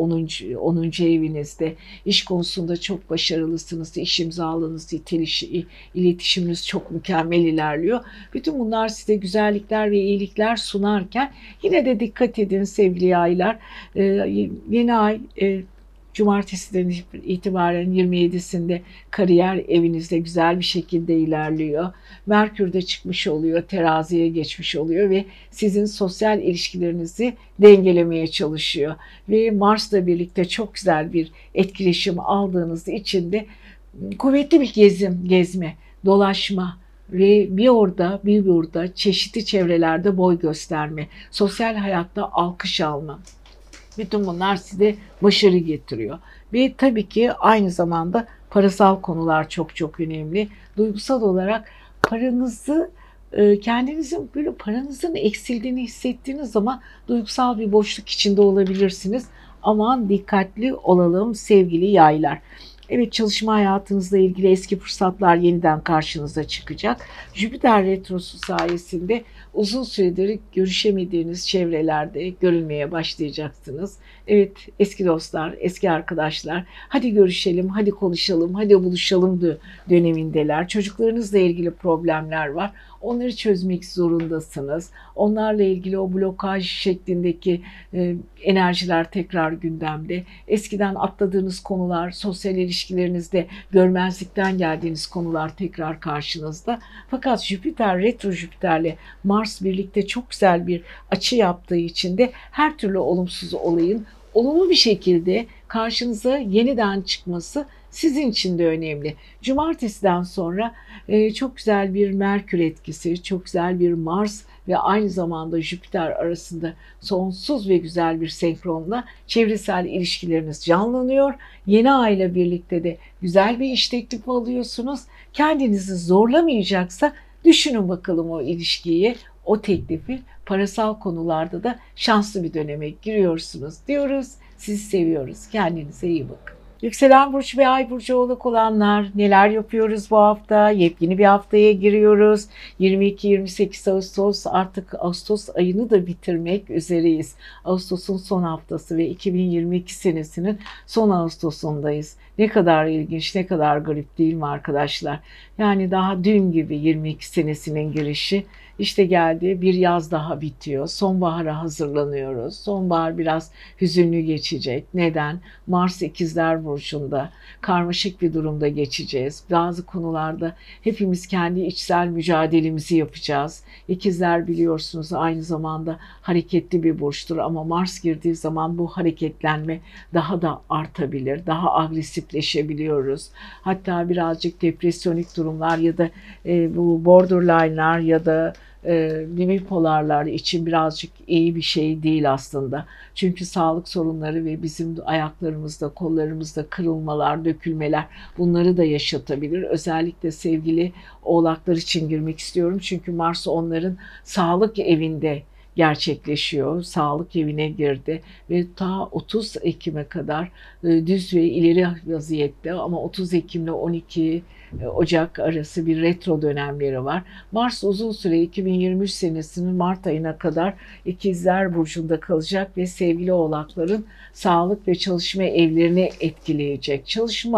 [SPEAKER 1] 10. evinizde. İş konusunda çok başarılısınız. İş imzalarınız, iletişiminiz çok mükemmel ilerliyor. Bütün bunlar size güzellikler ve iyilikler sunarken yine de dikkat edin sevgili yaylar. Yeni ay Cumartesiden itibaren 27'sinde kariyer evinizde güzel bir şekilde ilerliyor. Merkür de çıkmış oluyor, teraziye geçmiş oluyor ve sizin sosyal ilişkilerinizi dengelemeye çalışıyor. Ve Mars'la birlikte çok güzel bir etkileşim aldığınız için de kuvvetli bir gezme, dolaşma ve bir orada bir burada çeşitli çevrelerde boy gösterme, sosyal hayatta alkış alma. Bütün bunlar size başarı getiriyor. Ve tabii ki aynı zamanda parasal konular çok çok önemli. Duygusal olarak paranızı kendinizin böyle paranızın eksildiğini hissettiğiniz zaman duygusal bir boşluk içinde olabilirsiniz. Aman dikkatli olalım sevgili yaylar. Evet çalışma hayatınızla ilgili eski fırsatlar yeniden karşınıza çıkacak. Jüpiter retrosu sayesinde uzun süredir görüşemediğiniz çevrelerde görülmeye başlayacaksınız. Evet eski dostlar, eski arkadaşlar hadi görüşelim, hadi konuşalım, hadi buluşalım dönemindeler. Çocuklarınızla ilgili problemler var. Onları çözmek zorundasınız. Onlarla ilgili o blokaj şeklindeki enerjiler tekrar gündemde. Eskiden atladığınız konular, sosyal ilişkilerinizde görmezlikten geldiğiniz konular tekrar karşınızda. Fakat Jüpiter, retro Jüpiter'le Mars birlikte çok güzel bir açı yaptığı için de her türlü olumsuz olayın olumlu bir şekilde karşınıza yeniden çıkması sizin için de önemli. Cumartesiden sonra çok güzel bir Merkür etkisi, çok güzel bir Mars ve aynı zamanda Jüpiter arasında sonsuz ve güzel bir senkronla çevresel ilişkileriniz canlanıyor. Yeni ay ile birlikte de güzel bir iş teklifi alıyorsunuz. Kendinizi zorlamayacaksa düşünün bakalım o ilişkiyi, o teklifi. Parasal konularda da şanslı bir döneme giriyorsunuz diyoruz. Sizi seviyoruz. Kendinize iyi bakın. Yükselen burç ve ay burcu oğlak olanlar neler yapıyoruz bu hafta? Yepyeni bir haftaya giriyoruz. 22-28 Ağustos artık Ağustos ayını da bitirmek üzereyiz. Ağustos'un son haftası ve 2022 senesinin son Ağustos'undayız. Ne kadar ilginç, ne kadar garip değil mi arkadaşlar? Yani daha dün gibi 22 senesinin girişi. İşte geldi bir yaz daha bitiyor. Sonbahara hazırlanıyoruz. Sonbahar biraz hüzünlü geçecek. Neden? Mars İkizler Burcu'nda karmaşık bir durumda geçeceğiz. Bazı konularda hepimiz kendi içsel mücadelemizi yapacağız. İkizler biliyorsunuz aynı zamanda hareketli bir burçtur ama Mars girdiği zaman bu hareketlenme daha da artabilir. Daha agresifleşebiliyoruz. Hatta birazcık depresyonik durumlar ya da bu borderline'lar ya da bipolarlar için birazcık iyi bir şey değil aslında. Çünkü sağlık sorunları ve bizim ayaklarımızda, kollarımızda kırılmalar, dökülmeler bunları da yaşatabilir. Özellikle sevgili oğlaklar için girmek istiyorum. Çünkü Mars onların sağlık evinde gerçekleşiyor. Sağlık evine girdi ve ta 30 Ekim'e kadar düz ve ileri vaziyette ama 30 Ekim ile 12 Ocak arası bir retro dönemleri var. Mars uzun süre 2023 senesinin Mart ayına kadar İkizler Burcu'nda kalacak ve sevgili oğlakların sağlık ve çalışma evlerini etkileyecek. Çalışma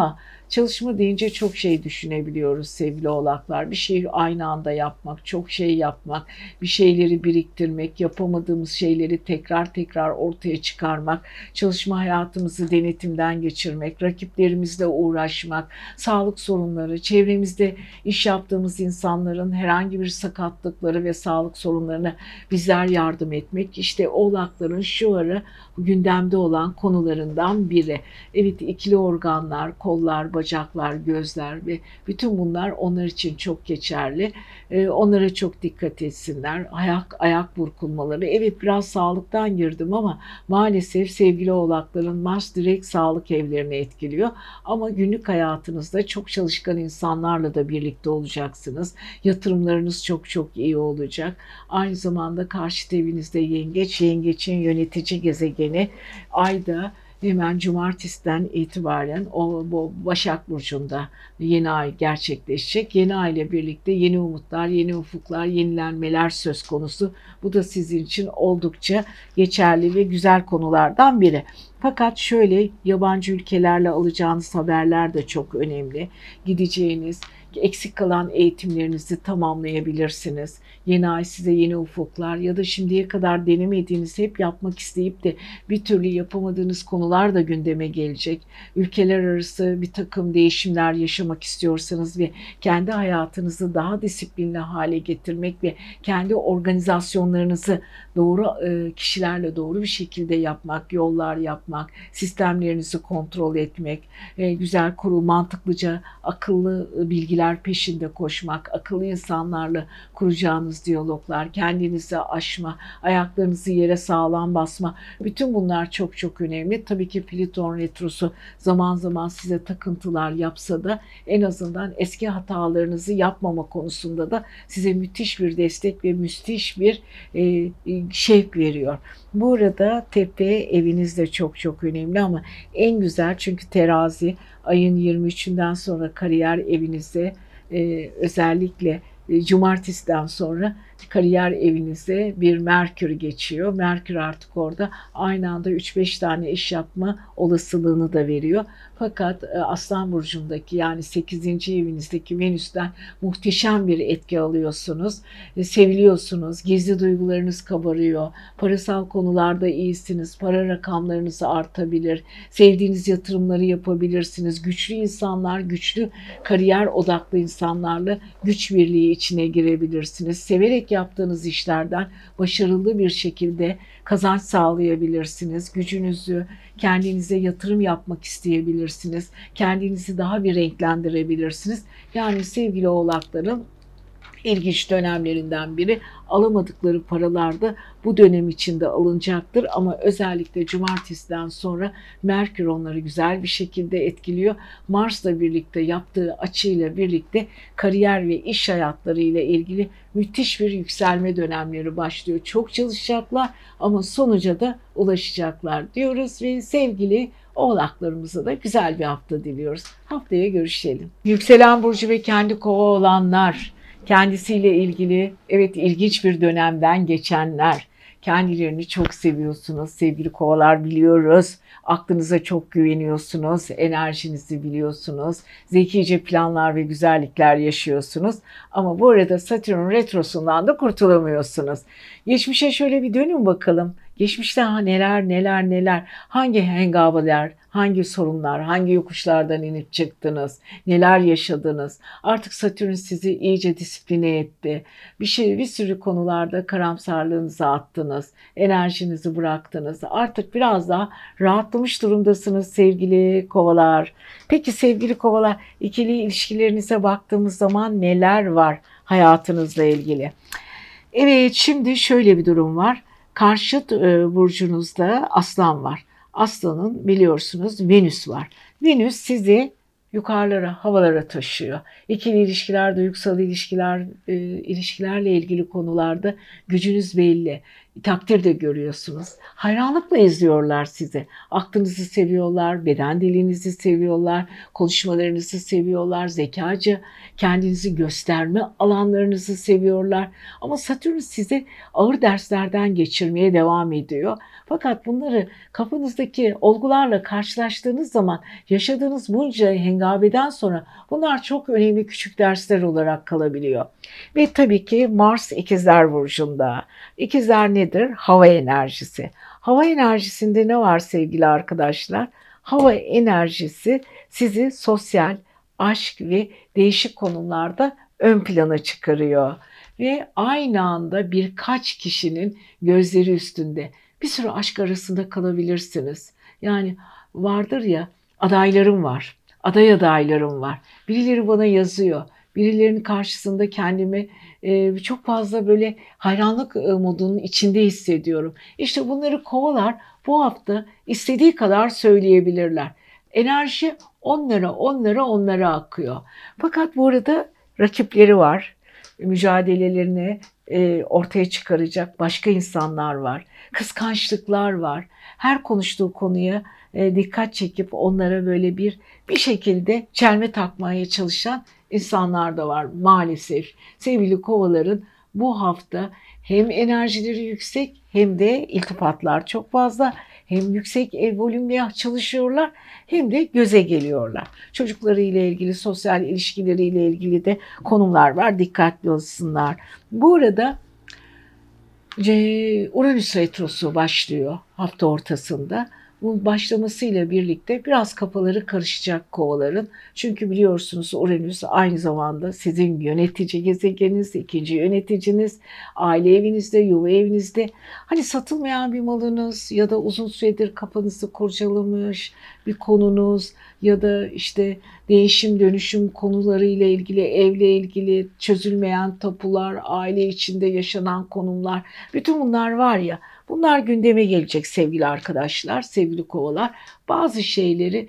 [SPEAKER 1] Çalışma deyince çok şey düşünebiliyoruz sevgili oğlaklar. Bir şeyi aynı anda yapmak, çok şey yapmak, bir şeyleri biriktirmek, yapamadığımız şeyleri tekrar tekrar ortaya çıkarmak, çalışma hayatımızı denetimden geçirmek, rakiplerimizle uğraşmak, sağlık sorunları, çevremizde iş yaptığımız insanların herhangi bir sakatlıkları ve sağlık sorunlarına bizler yardım etmek. İşte oğlakların şu ara gündemde olan konularından biri. Evet, ikili organlar, kollar, bacaklar, gözler ve bütün bunlar onlar için çok geçerli. Onlara çok dikkat etsinler. Ayak burkulmaları. Evet, biraz sağlıktan girdim ama maalesef sevgili oğlakların Mars direkt sağlık evlerini etkiliyor. Ama günlük hayatınızda çok çalışkan insanlarla da birlikte olacaksınız. Yatırımlarınız çok çok iyi olacak. Aynı zamanda karşıt evinizde yengeç, yengeçin yönetici gezegeni Ayda hemen cumartesiden itibaren bu Başak Burcu'nda yeni ay gerçekleşecek. Yeni ay ile birlikte yeni umutlar, yeni ufuklar, yenilenmeler söz konusu. Bu da sizin için oldukça geçerli ve güzel konulardan biri. Fakat şöyle, yabancı ülkelerle alacağınız haberler de çok önemli. Gideceğiniz, eksik kalan eğitimlerinizi tamamlayabilirsiniz. Yeni ay size yeni ufuklar ya da şimdiye kadar denemediğiniz, hep yapmak isteyip de bir türlü yapamadığınız konular da gündeme gelecek. Ülkeler arası bir takım değişimler yaşamak istiyorsanız ve kendi hayatınızı daha disiplinli hale getirmek ve kendi organizasyonlarınızı doğru kişilerle doğru bir şekilde yapmak, yollar yapmak, sistemlerinizi kontrol etmek, güzel kurul, mantıklıca akıllı bilgiler peşinde koşmak, akıllı insanlarla kuracağınız diyaloglar, kendinizi aşma, ayaklarınızı yere sağlam basma, bütün bunlar çok çok önemli. Tabii ki Plüton retrosu zaman zaman size takıntılar yapsa da en azından eski hatalarınızı yapmama konusunda da size müthiş bir destek ve müthiş bir şevk veriyor. Bu arada tepe eviniz de çok çok önemli ama en güzel, çünkü terazi ayın 23'ünden sonra kariyer evinize özellikle cumartesiden sonra kariyer evinize bir Merkür geçiyor. Merkür artık orada aynı anda 3-5 tane iş yapma olasılığını da veriyor. Fakat Aslan Burcu'ndaki, yani 8. evinizdeki Venüs'ten muhteşem bir etki alıyorsunuz. Seviliyorsunuz, gizli duygularınız kabarıyor, parasal konularda iyisiniz, para rakamlarınız artabilir, sevdiğiniz yatırımları yapabilirsiniz. Güçlü insanlar, güçlü kariyer odaklı insanlarla güç birliği içine girebilirsiniz. Severek yaptığınız işlerden başarılı bir şekilde kazanç sağlayabilirsiniz. Gücünüzü, kendinize yatırım yapmak isteyebilirsiniz. Kendinizi daha bir renklendirebilirsiniz. Yani sevgili oğlakların ilginç dönemlerinden biri. Alamadıkları paralar da bu dönem içinde alınacaktır ama özellikle cumartesiden sonra Merkür onları güzel bir şekilde etkiliyor. Mars'la birlikte yaptığı açıyla birlikte kariyer ve iş hayatları ile ilgili müthiş bir yükselme dönemleri başlıyor. Çok çalışacaklar ama sonuca da ulaşacaklar diyoruz ve sevgili Oğlaklarımıza da güzel bir hafta diliyoruz. Haftaya görüşelim. Yükselen burcu ve kendi kova olanlar, kendisiyle ilgili evet ilginç bir dönemden geçenler, kendilerini çok seviyorsunuz sevgili kovalar, biliyoruz. Aklınıza çok güveniyorsunuz, enerjinizi biliyorsunuz, zekice planlar ve güzellikler yaşıyorsunuz. Ama bu arada Satürn retrosundan da kurtulamıyorsunuz. Geçmişe şöyle bir dönün bakalım. Geçmişte neler, hangi hengameler, hangi sorunlar, hangi yokuşlardan inip çıktınız, neler yaşadınız. Artık Satürn sizi iyice disipline etti. Bir sürü konularda karamsarlığınızı attınız, enerjinizi bıraktınız. Artık biraz daha rahatlamış durumdasınız sevgili kovalar. Peki sevgili kovalar, ikili ilişkilerinize baktığımız zaman neler var hayatınızla ilgili? Evet, şimdi şöyle bir durum var. Karşıt burcunuzda Aslan var. Aslan'ın biliyorsunuz Venüs var. Venüs sizi yukarılara, havalara taşıyor. İkili ilişkiler, duygusal ilişkiler, ilişkilerle ilgili konularda gücünüz belli. takdir de görüyorsunuz. Hayranlıkla izliyorlar sizi. Aklınızı seviyorlar, beden dilinizi seviyorlar, konuşmalarınızı seviyorlar, zekaca kendinizi gösterme alanlarınızı seviyorlar. Ama Satürn sizi ağır derslerden geçirmeye devam ediyor. Fakat bunları kafanızdaki olgularla karşılaştığınız zaman yaşadığınız bunca hengabeden sonra bunlar çok önemli küçük dersler olarak kalabiliyor. Ve tabii ki Mars İkizler Burcu'nda. İkizler nedir? Hava enerjisi. Hava enerjisinde ne var sevgili arkadaşlar? Hava enerjisi sizi sosyal, aşk ve değişik konumlarda ön plana çıkarıyor. Ve aynı anda birkaç kişinin gözleri üstünde. Bir sürü aşk arasında kalabilirsiniz. Yani vardır ya, adaylarım var, aday adaylarım var. Birileri bana yazıyor. Birilerinin karşısında kendimi çok fazla böyle hayranlık modunun içinde hissediyorum. İşte bunları kovalar bu hafta istediği kadar söyleyebilirler. Enerji onlara akıyor. Fakat bu arada rakipleri var. Mücadelelerini ortaya çıkaracak başka insanlar var. Kıskançlıklar var. Her konuştuğu konuya dikkat çekip onlara böyle bir şekilde çelme takmaya çalışan insanlar da var maalesef. Sevgili kovaların bu hafta hem enerjileri yüksek hem de iltifatlar çok fazla. Hem yüksek volümle çalışıyorlar hem de göze geliyorlar. Çocuklarıyla ilgili, sosyal ilişkileriyle ilgili de konumlar var. Dikkatli olsunlar. Bu arada Uranüs retrosu başlıyor hafta ortasında. Bu başlamasıyla birlikte biraz kafaları karışacak kovaların. Çünkü biliyorsunuz Uranüs aynı zamanda sizin yönetici gezegeniniz, ikinci yöneticiniz, aile evinizde, yuva evinizde. Hani satılmayan bir malınız ya da uzun süredir kafanızı kurcalamış bir konunuz ya da işte değişim dönüşüm konularıyla ilgili, evle ilgili çözülmeyen tapular, aile içinde yaşanan konumlar, bütün bunlar var ya, bunlar gündeme gelecek sevgili arkadaşlar, sevgili kovalar. Bazı şeyleri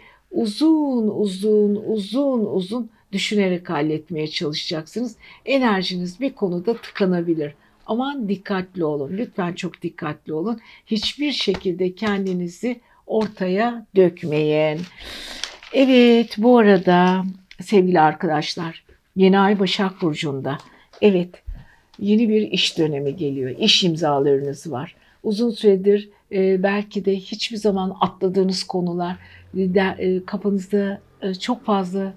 [SPEAKER 1] uzun düşünerek halletmeye çalışacaksınız. Enerjiniz bir konuda tıkanabilir. Aman dikkatli olun, lütfen çok dikkatli olun. Hiçbir şekilde kendinizi ortaya dökmeyin. Evet, bu arada sevgili arkadaşlar, yeni ay Başak Burcu'nda. Evet, yeni bir iş dönemi geliyor. İş imzalarınız var. Uzun süredir belki de hiçbir zaman atladığınız konular, kafanızda çok fazla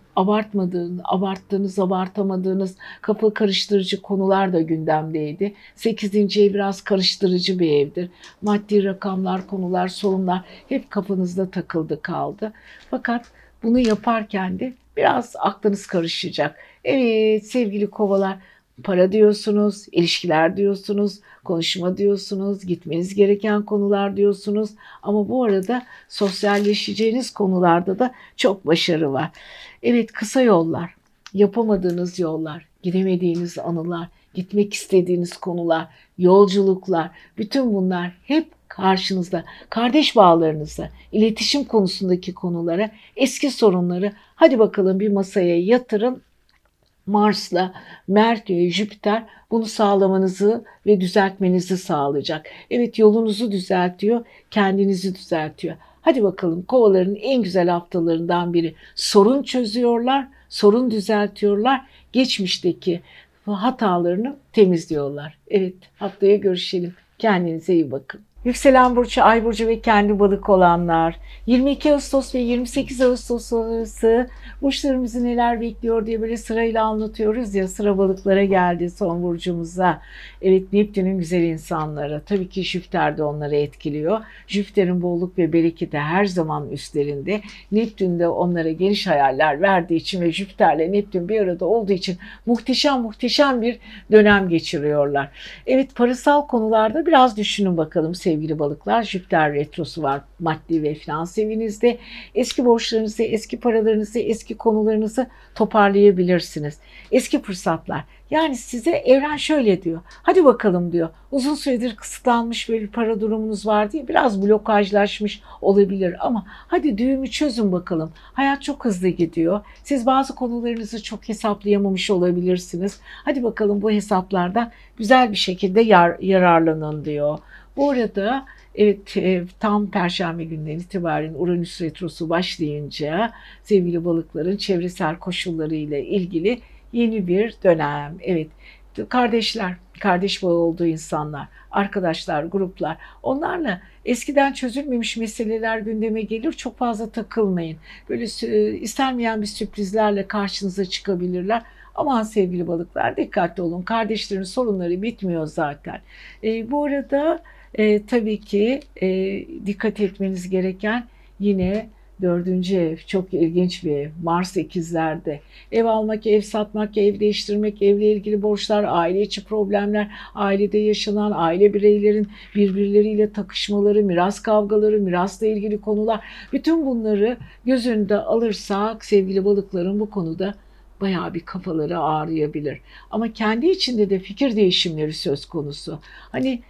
[SPEAKER 1] abartamadığınız, kafa karıştırıcı konular da gündemdeydi. 8. ev biraz karıştırıcı bir evdir. Maddi rakamlar, konular, sorunlar hep kafanızda takıldı kaldı. Fakat bunu yaparken de biraz aklınız karışacak. Evet sevgili kovalar, para diyorsunuz, ilişkiler diyorsunuz, konuşma diyorsunuz, gitmeniz gereken konular diyorsunuz. Ama bu arada sosyalleşeceğiniz konularda da çok başarı var. Evet, kısa yollar, yapamadığınız yollar, gidemediğiniz anılar, gitmek istediğiniz konular, yolculuklar, bütün bunlar hep karşınızda. Kardeş bağlarınızda, iletişim konusundaki konulara, eski sorunları hadi bakalım bir masaya yatırın. Mars'la Merkür, Jüpiter bunu sağlamanızı ve düzeltmenizi sağlayacak. Evet, yolunuzu düzeltiyor, kendinizi düzeltiyor. Hadi bakalım, kovaların en güzel haftalarından biri. Sorun çözüyorlar, sorun düzeltiyorlar, geçmişteki hatalarını temizliyorlar. Evet, haftaya görüşelim. Kendinize iyi bakın. Yükselen burcu, ay burcu ve kendi balık olanlar 22 Ağustos ve 28 Ağustos arası burçlarımızı neler bekliyor diye böyle sırayla anlatıyoruz ya, sıra balıklara geldi, son burcumuza. Evet, Neptün'ün güzel insanları, tabii ki Jüpiter de onları etkiliyor. Jüpiter'in bolluk ve bereketi her zaman üstlerinde. Neptün de onlara geniş hayaller verdiği için ve Jüpiter'le Neptün bir arada olduğu için muhteşem bir dönem geçiriyorlar. Evet, parasal konularda biraz düşünün bakalım sevgili sevgili balıklar. Jüpiter retrosu var maddi ve finans evinizde. Eski borçlarınızı, eski paralarınızı, eski konularınızı toparlayabilirsiniz. Eski fırsatlar. Yani size evren şöyle diyor. Hadi bakalım diyor. Uzun süredir kısıtlanmış böyle bir para durumunuz var diye biraz blokajlaşmış olabilir ama hadi düğümü çözün bakalım. Hayat çok hızlı gidiyor. Siz bazı konularınızı çok hesaplayamamış olabilirsiniz. Hadi bakalım bu hesaplardan güzel bir şekilde yararlanın diyor. Bu arada evet, tam Perşembe günden itibaren Uranüs retrosu başlayınca sevgili balıkların çevresel koşulları ile ilgili yeni bir dönem. Evet, kardeşler, kardeş bağı olduğu insanlar, arkadaşlar, gruplar, onlarla eskiden çözülmemiş meseleler gündeme gelir. Çok fazla takılmayın. Böyle istenmeyen bir sürprizlerle karşınıza çıkabilirler. Aman sevgili balıklar, dikkatli olun. Kardeşlerin sorunları bitmiyor zaten. Bu arada tabii ki dikkat etmeniz gereken yine dördüncü ev, çok ilginç bir ev. Mars ikizlerde. Ev almak, ev satmak, ev değiştirmek, evle ilgili borçlar, aile içi problemler, ailede yaşanan aile bireylerin birbirleriyle takışmaları, miras kavgaları, mirasla ilgili konular. Bütün bunları göz önünde alırsak sevgili balıkların bu konuda bayağı bir kafaları ağrıyabilir. Ama kendi içinde de fikir değişimleri söz konusu. Hani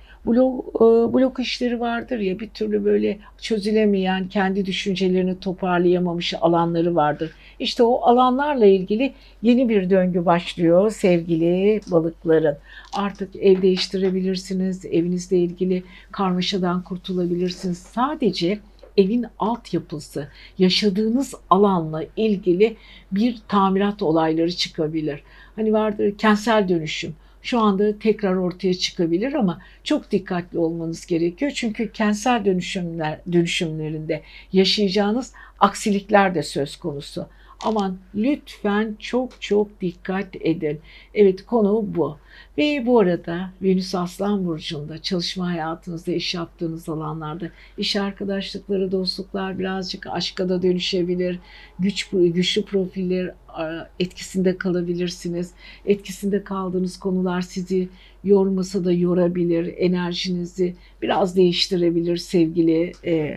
[SPEAKER 1] blok işleri vardır ya, bir türlü böyle çözülemeyen, kendi düşüncelerini toparlayamamış alanları vardır. İşte o alanlarla ilgili yeni bir döngü başlıyor sevgili balıkların. Artık ev değiştirebilirsiniz, evinizle ilgili karmaşadan kurtulabilirsiniz. Sadece evin altyapısı, yaşadığınız alanla ilgili bir tamirat olayları çıkabilir. Hani vardır kentsel dönüşüm. Şu anda tekrar ortaya çıkabilir ama çok dikkatli olmanız gerekiyor. Çünkü kentsel dönüşümlerinde yaşayacağınız aksilikler de söz konusu. Aman lütfen çok çok dikkat edin. Evet, konu bu. Ve bu arada Venüs Aslan Burcu'nda çalışma hayatınızda, iş yaptığınız alanlarda iş arkadaşlıkları, dostluklar birazcık aşka da dönüşebilir. Güçlü profiller etkisinde kalabilirsiniz. Etkisinde kaldığınız konular sizi yormasa da yorabilir. Enerjinizi biraz değiştirebilir sevgili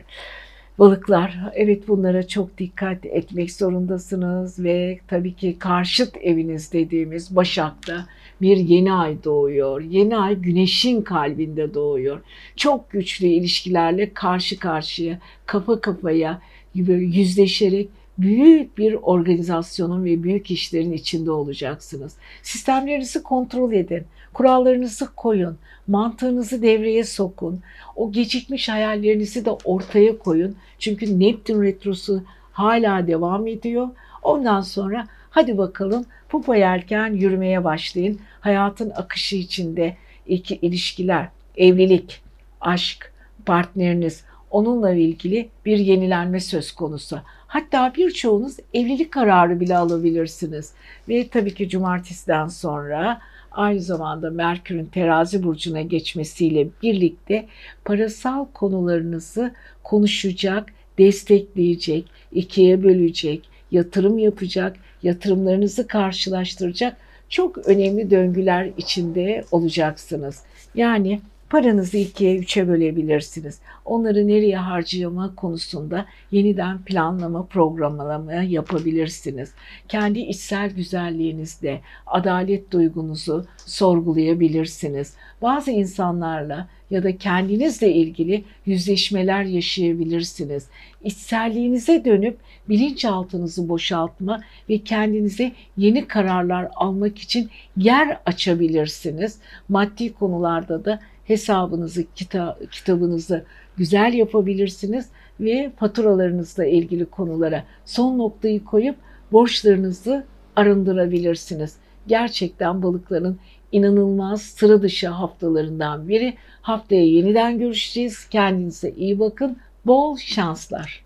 [SPEAKER 1] balıklar. Evet, bunlara çok dikkat etmek zorundasınız ve tabii ki karşıt eviniz dediğimiz Başak'ta bir yeni ay doğuyor. Yeni ay Güneş'in kalbinde doğuyor. Çok güçlü ilişkilerle karşı karşıya, kafa kafaya yüzleşerek büyük bir organizasyonun ve büyük işlerin içinde olacaksınız. Sistemlerinizi kontrol edin, kurallarınızı koyun, mantığınızı devreye sokun, o gecikmiş hayallerinizi de ortaya koyun. Çünkü Neptün retrosu hala devam ediyor. Ondan sonra hadi bakalım pupa yelken yürümeye başlayın. Hayatın akışı içinde ilişkiler, evlilik, aşk, partneriniz, onunla ilgili bir yenilenme söz konusu. Hatta birçoğunuz evlilik kararı bile alabilirsiniz. Ve tabii ki cumartesiden sonra aynı zamanda Merkür'ün Terazi burcuna geçmesiyle birlikte parasal konularınızı konuşacak, destekleyecek, ikiye bölecek, yatırım yapacak, yatırımlarınızı karşılaştıracak çok önemli döngüler içinde olacaksınız. Yani paranızı ikiye, üçe bölebilirsiniz. Onları nereye harcayama konusunda yeniden planlama, programlama yapabilirsiniz. Kendi içsel güzelliğinizde adalet duygunuzu sorgulayabilirsiniz. Bazı insanlarla ya da kendinizle ilgili yüzleşmeler yaşayabilirsiniz. İçselliğinize dönüp bilinçaltınızı boşaltma ve kendinize yeni kararlar almak için yer açabilirsiniz. Maddi konularda da hesabınızı, kitabınızı güzel yapabilirsiniz ve faturalarınızla ilgili konulara son noktayı koyup borçlarınızı arındırabilirsiniz. Gerçekten balıkların inanılmaz sıra dışı haftalarından biri. Haftaya yeniden görüşeceğiz. Kendinize iyi bakın. Bol şanslar.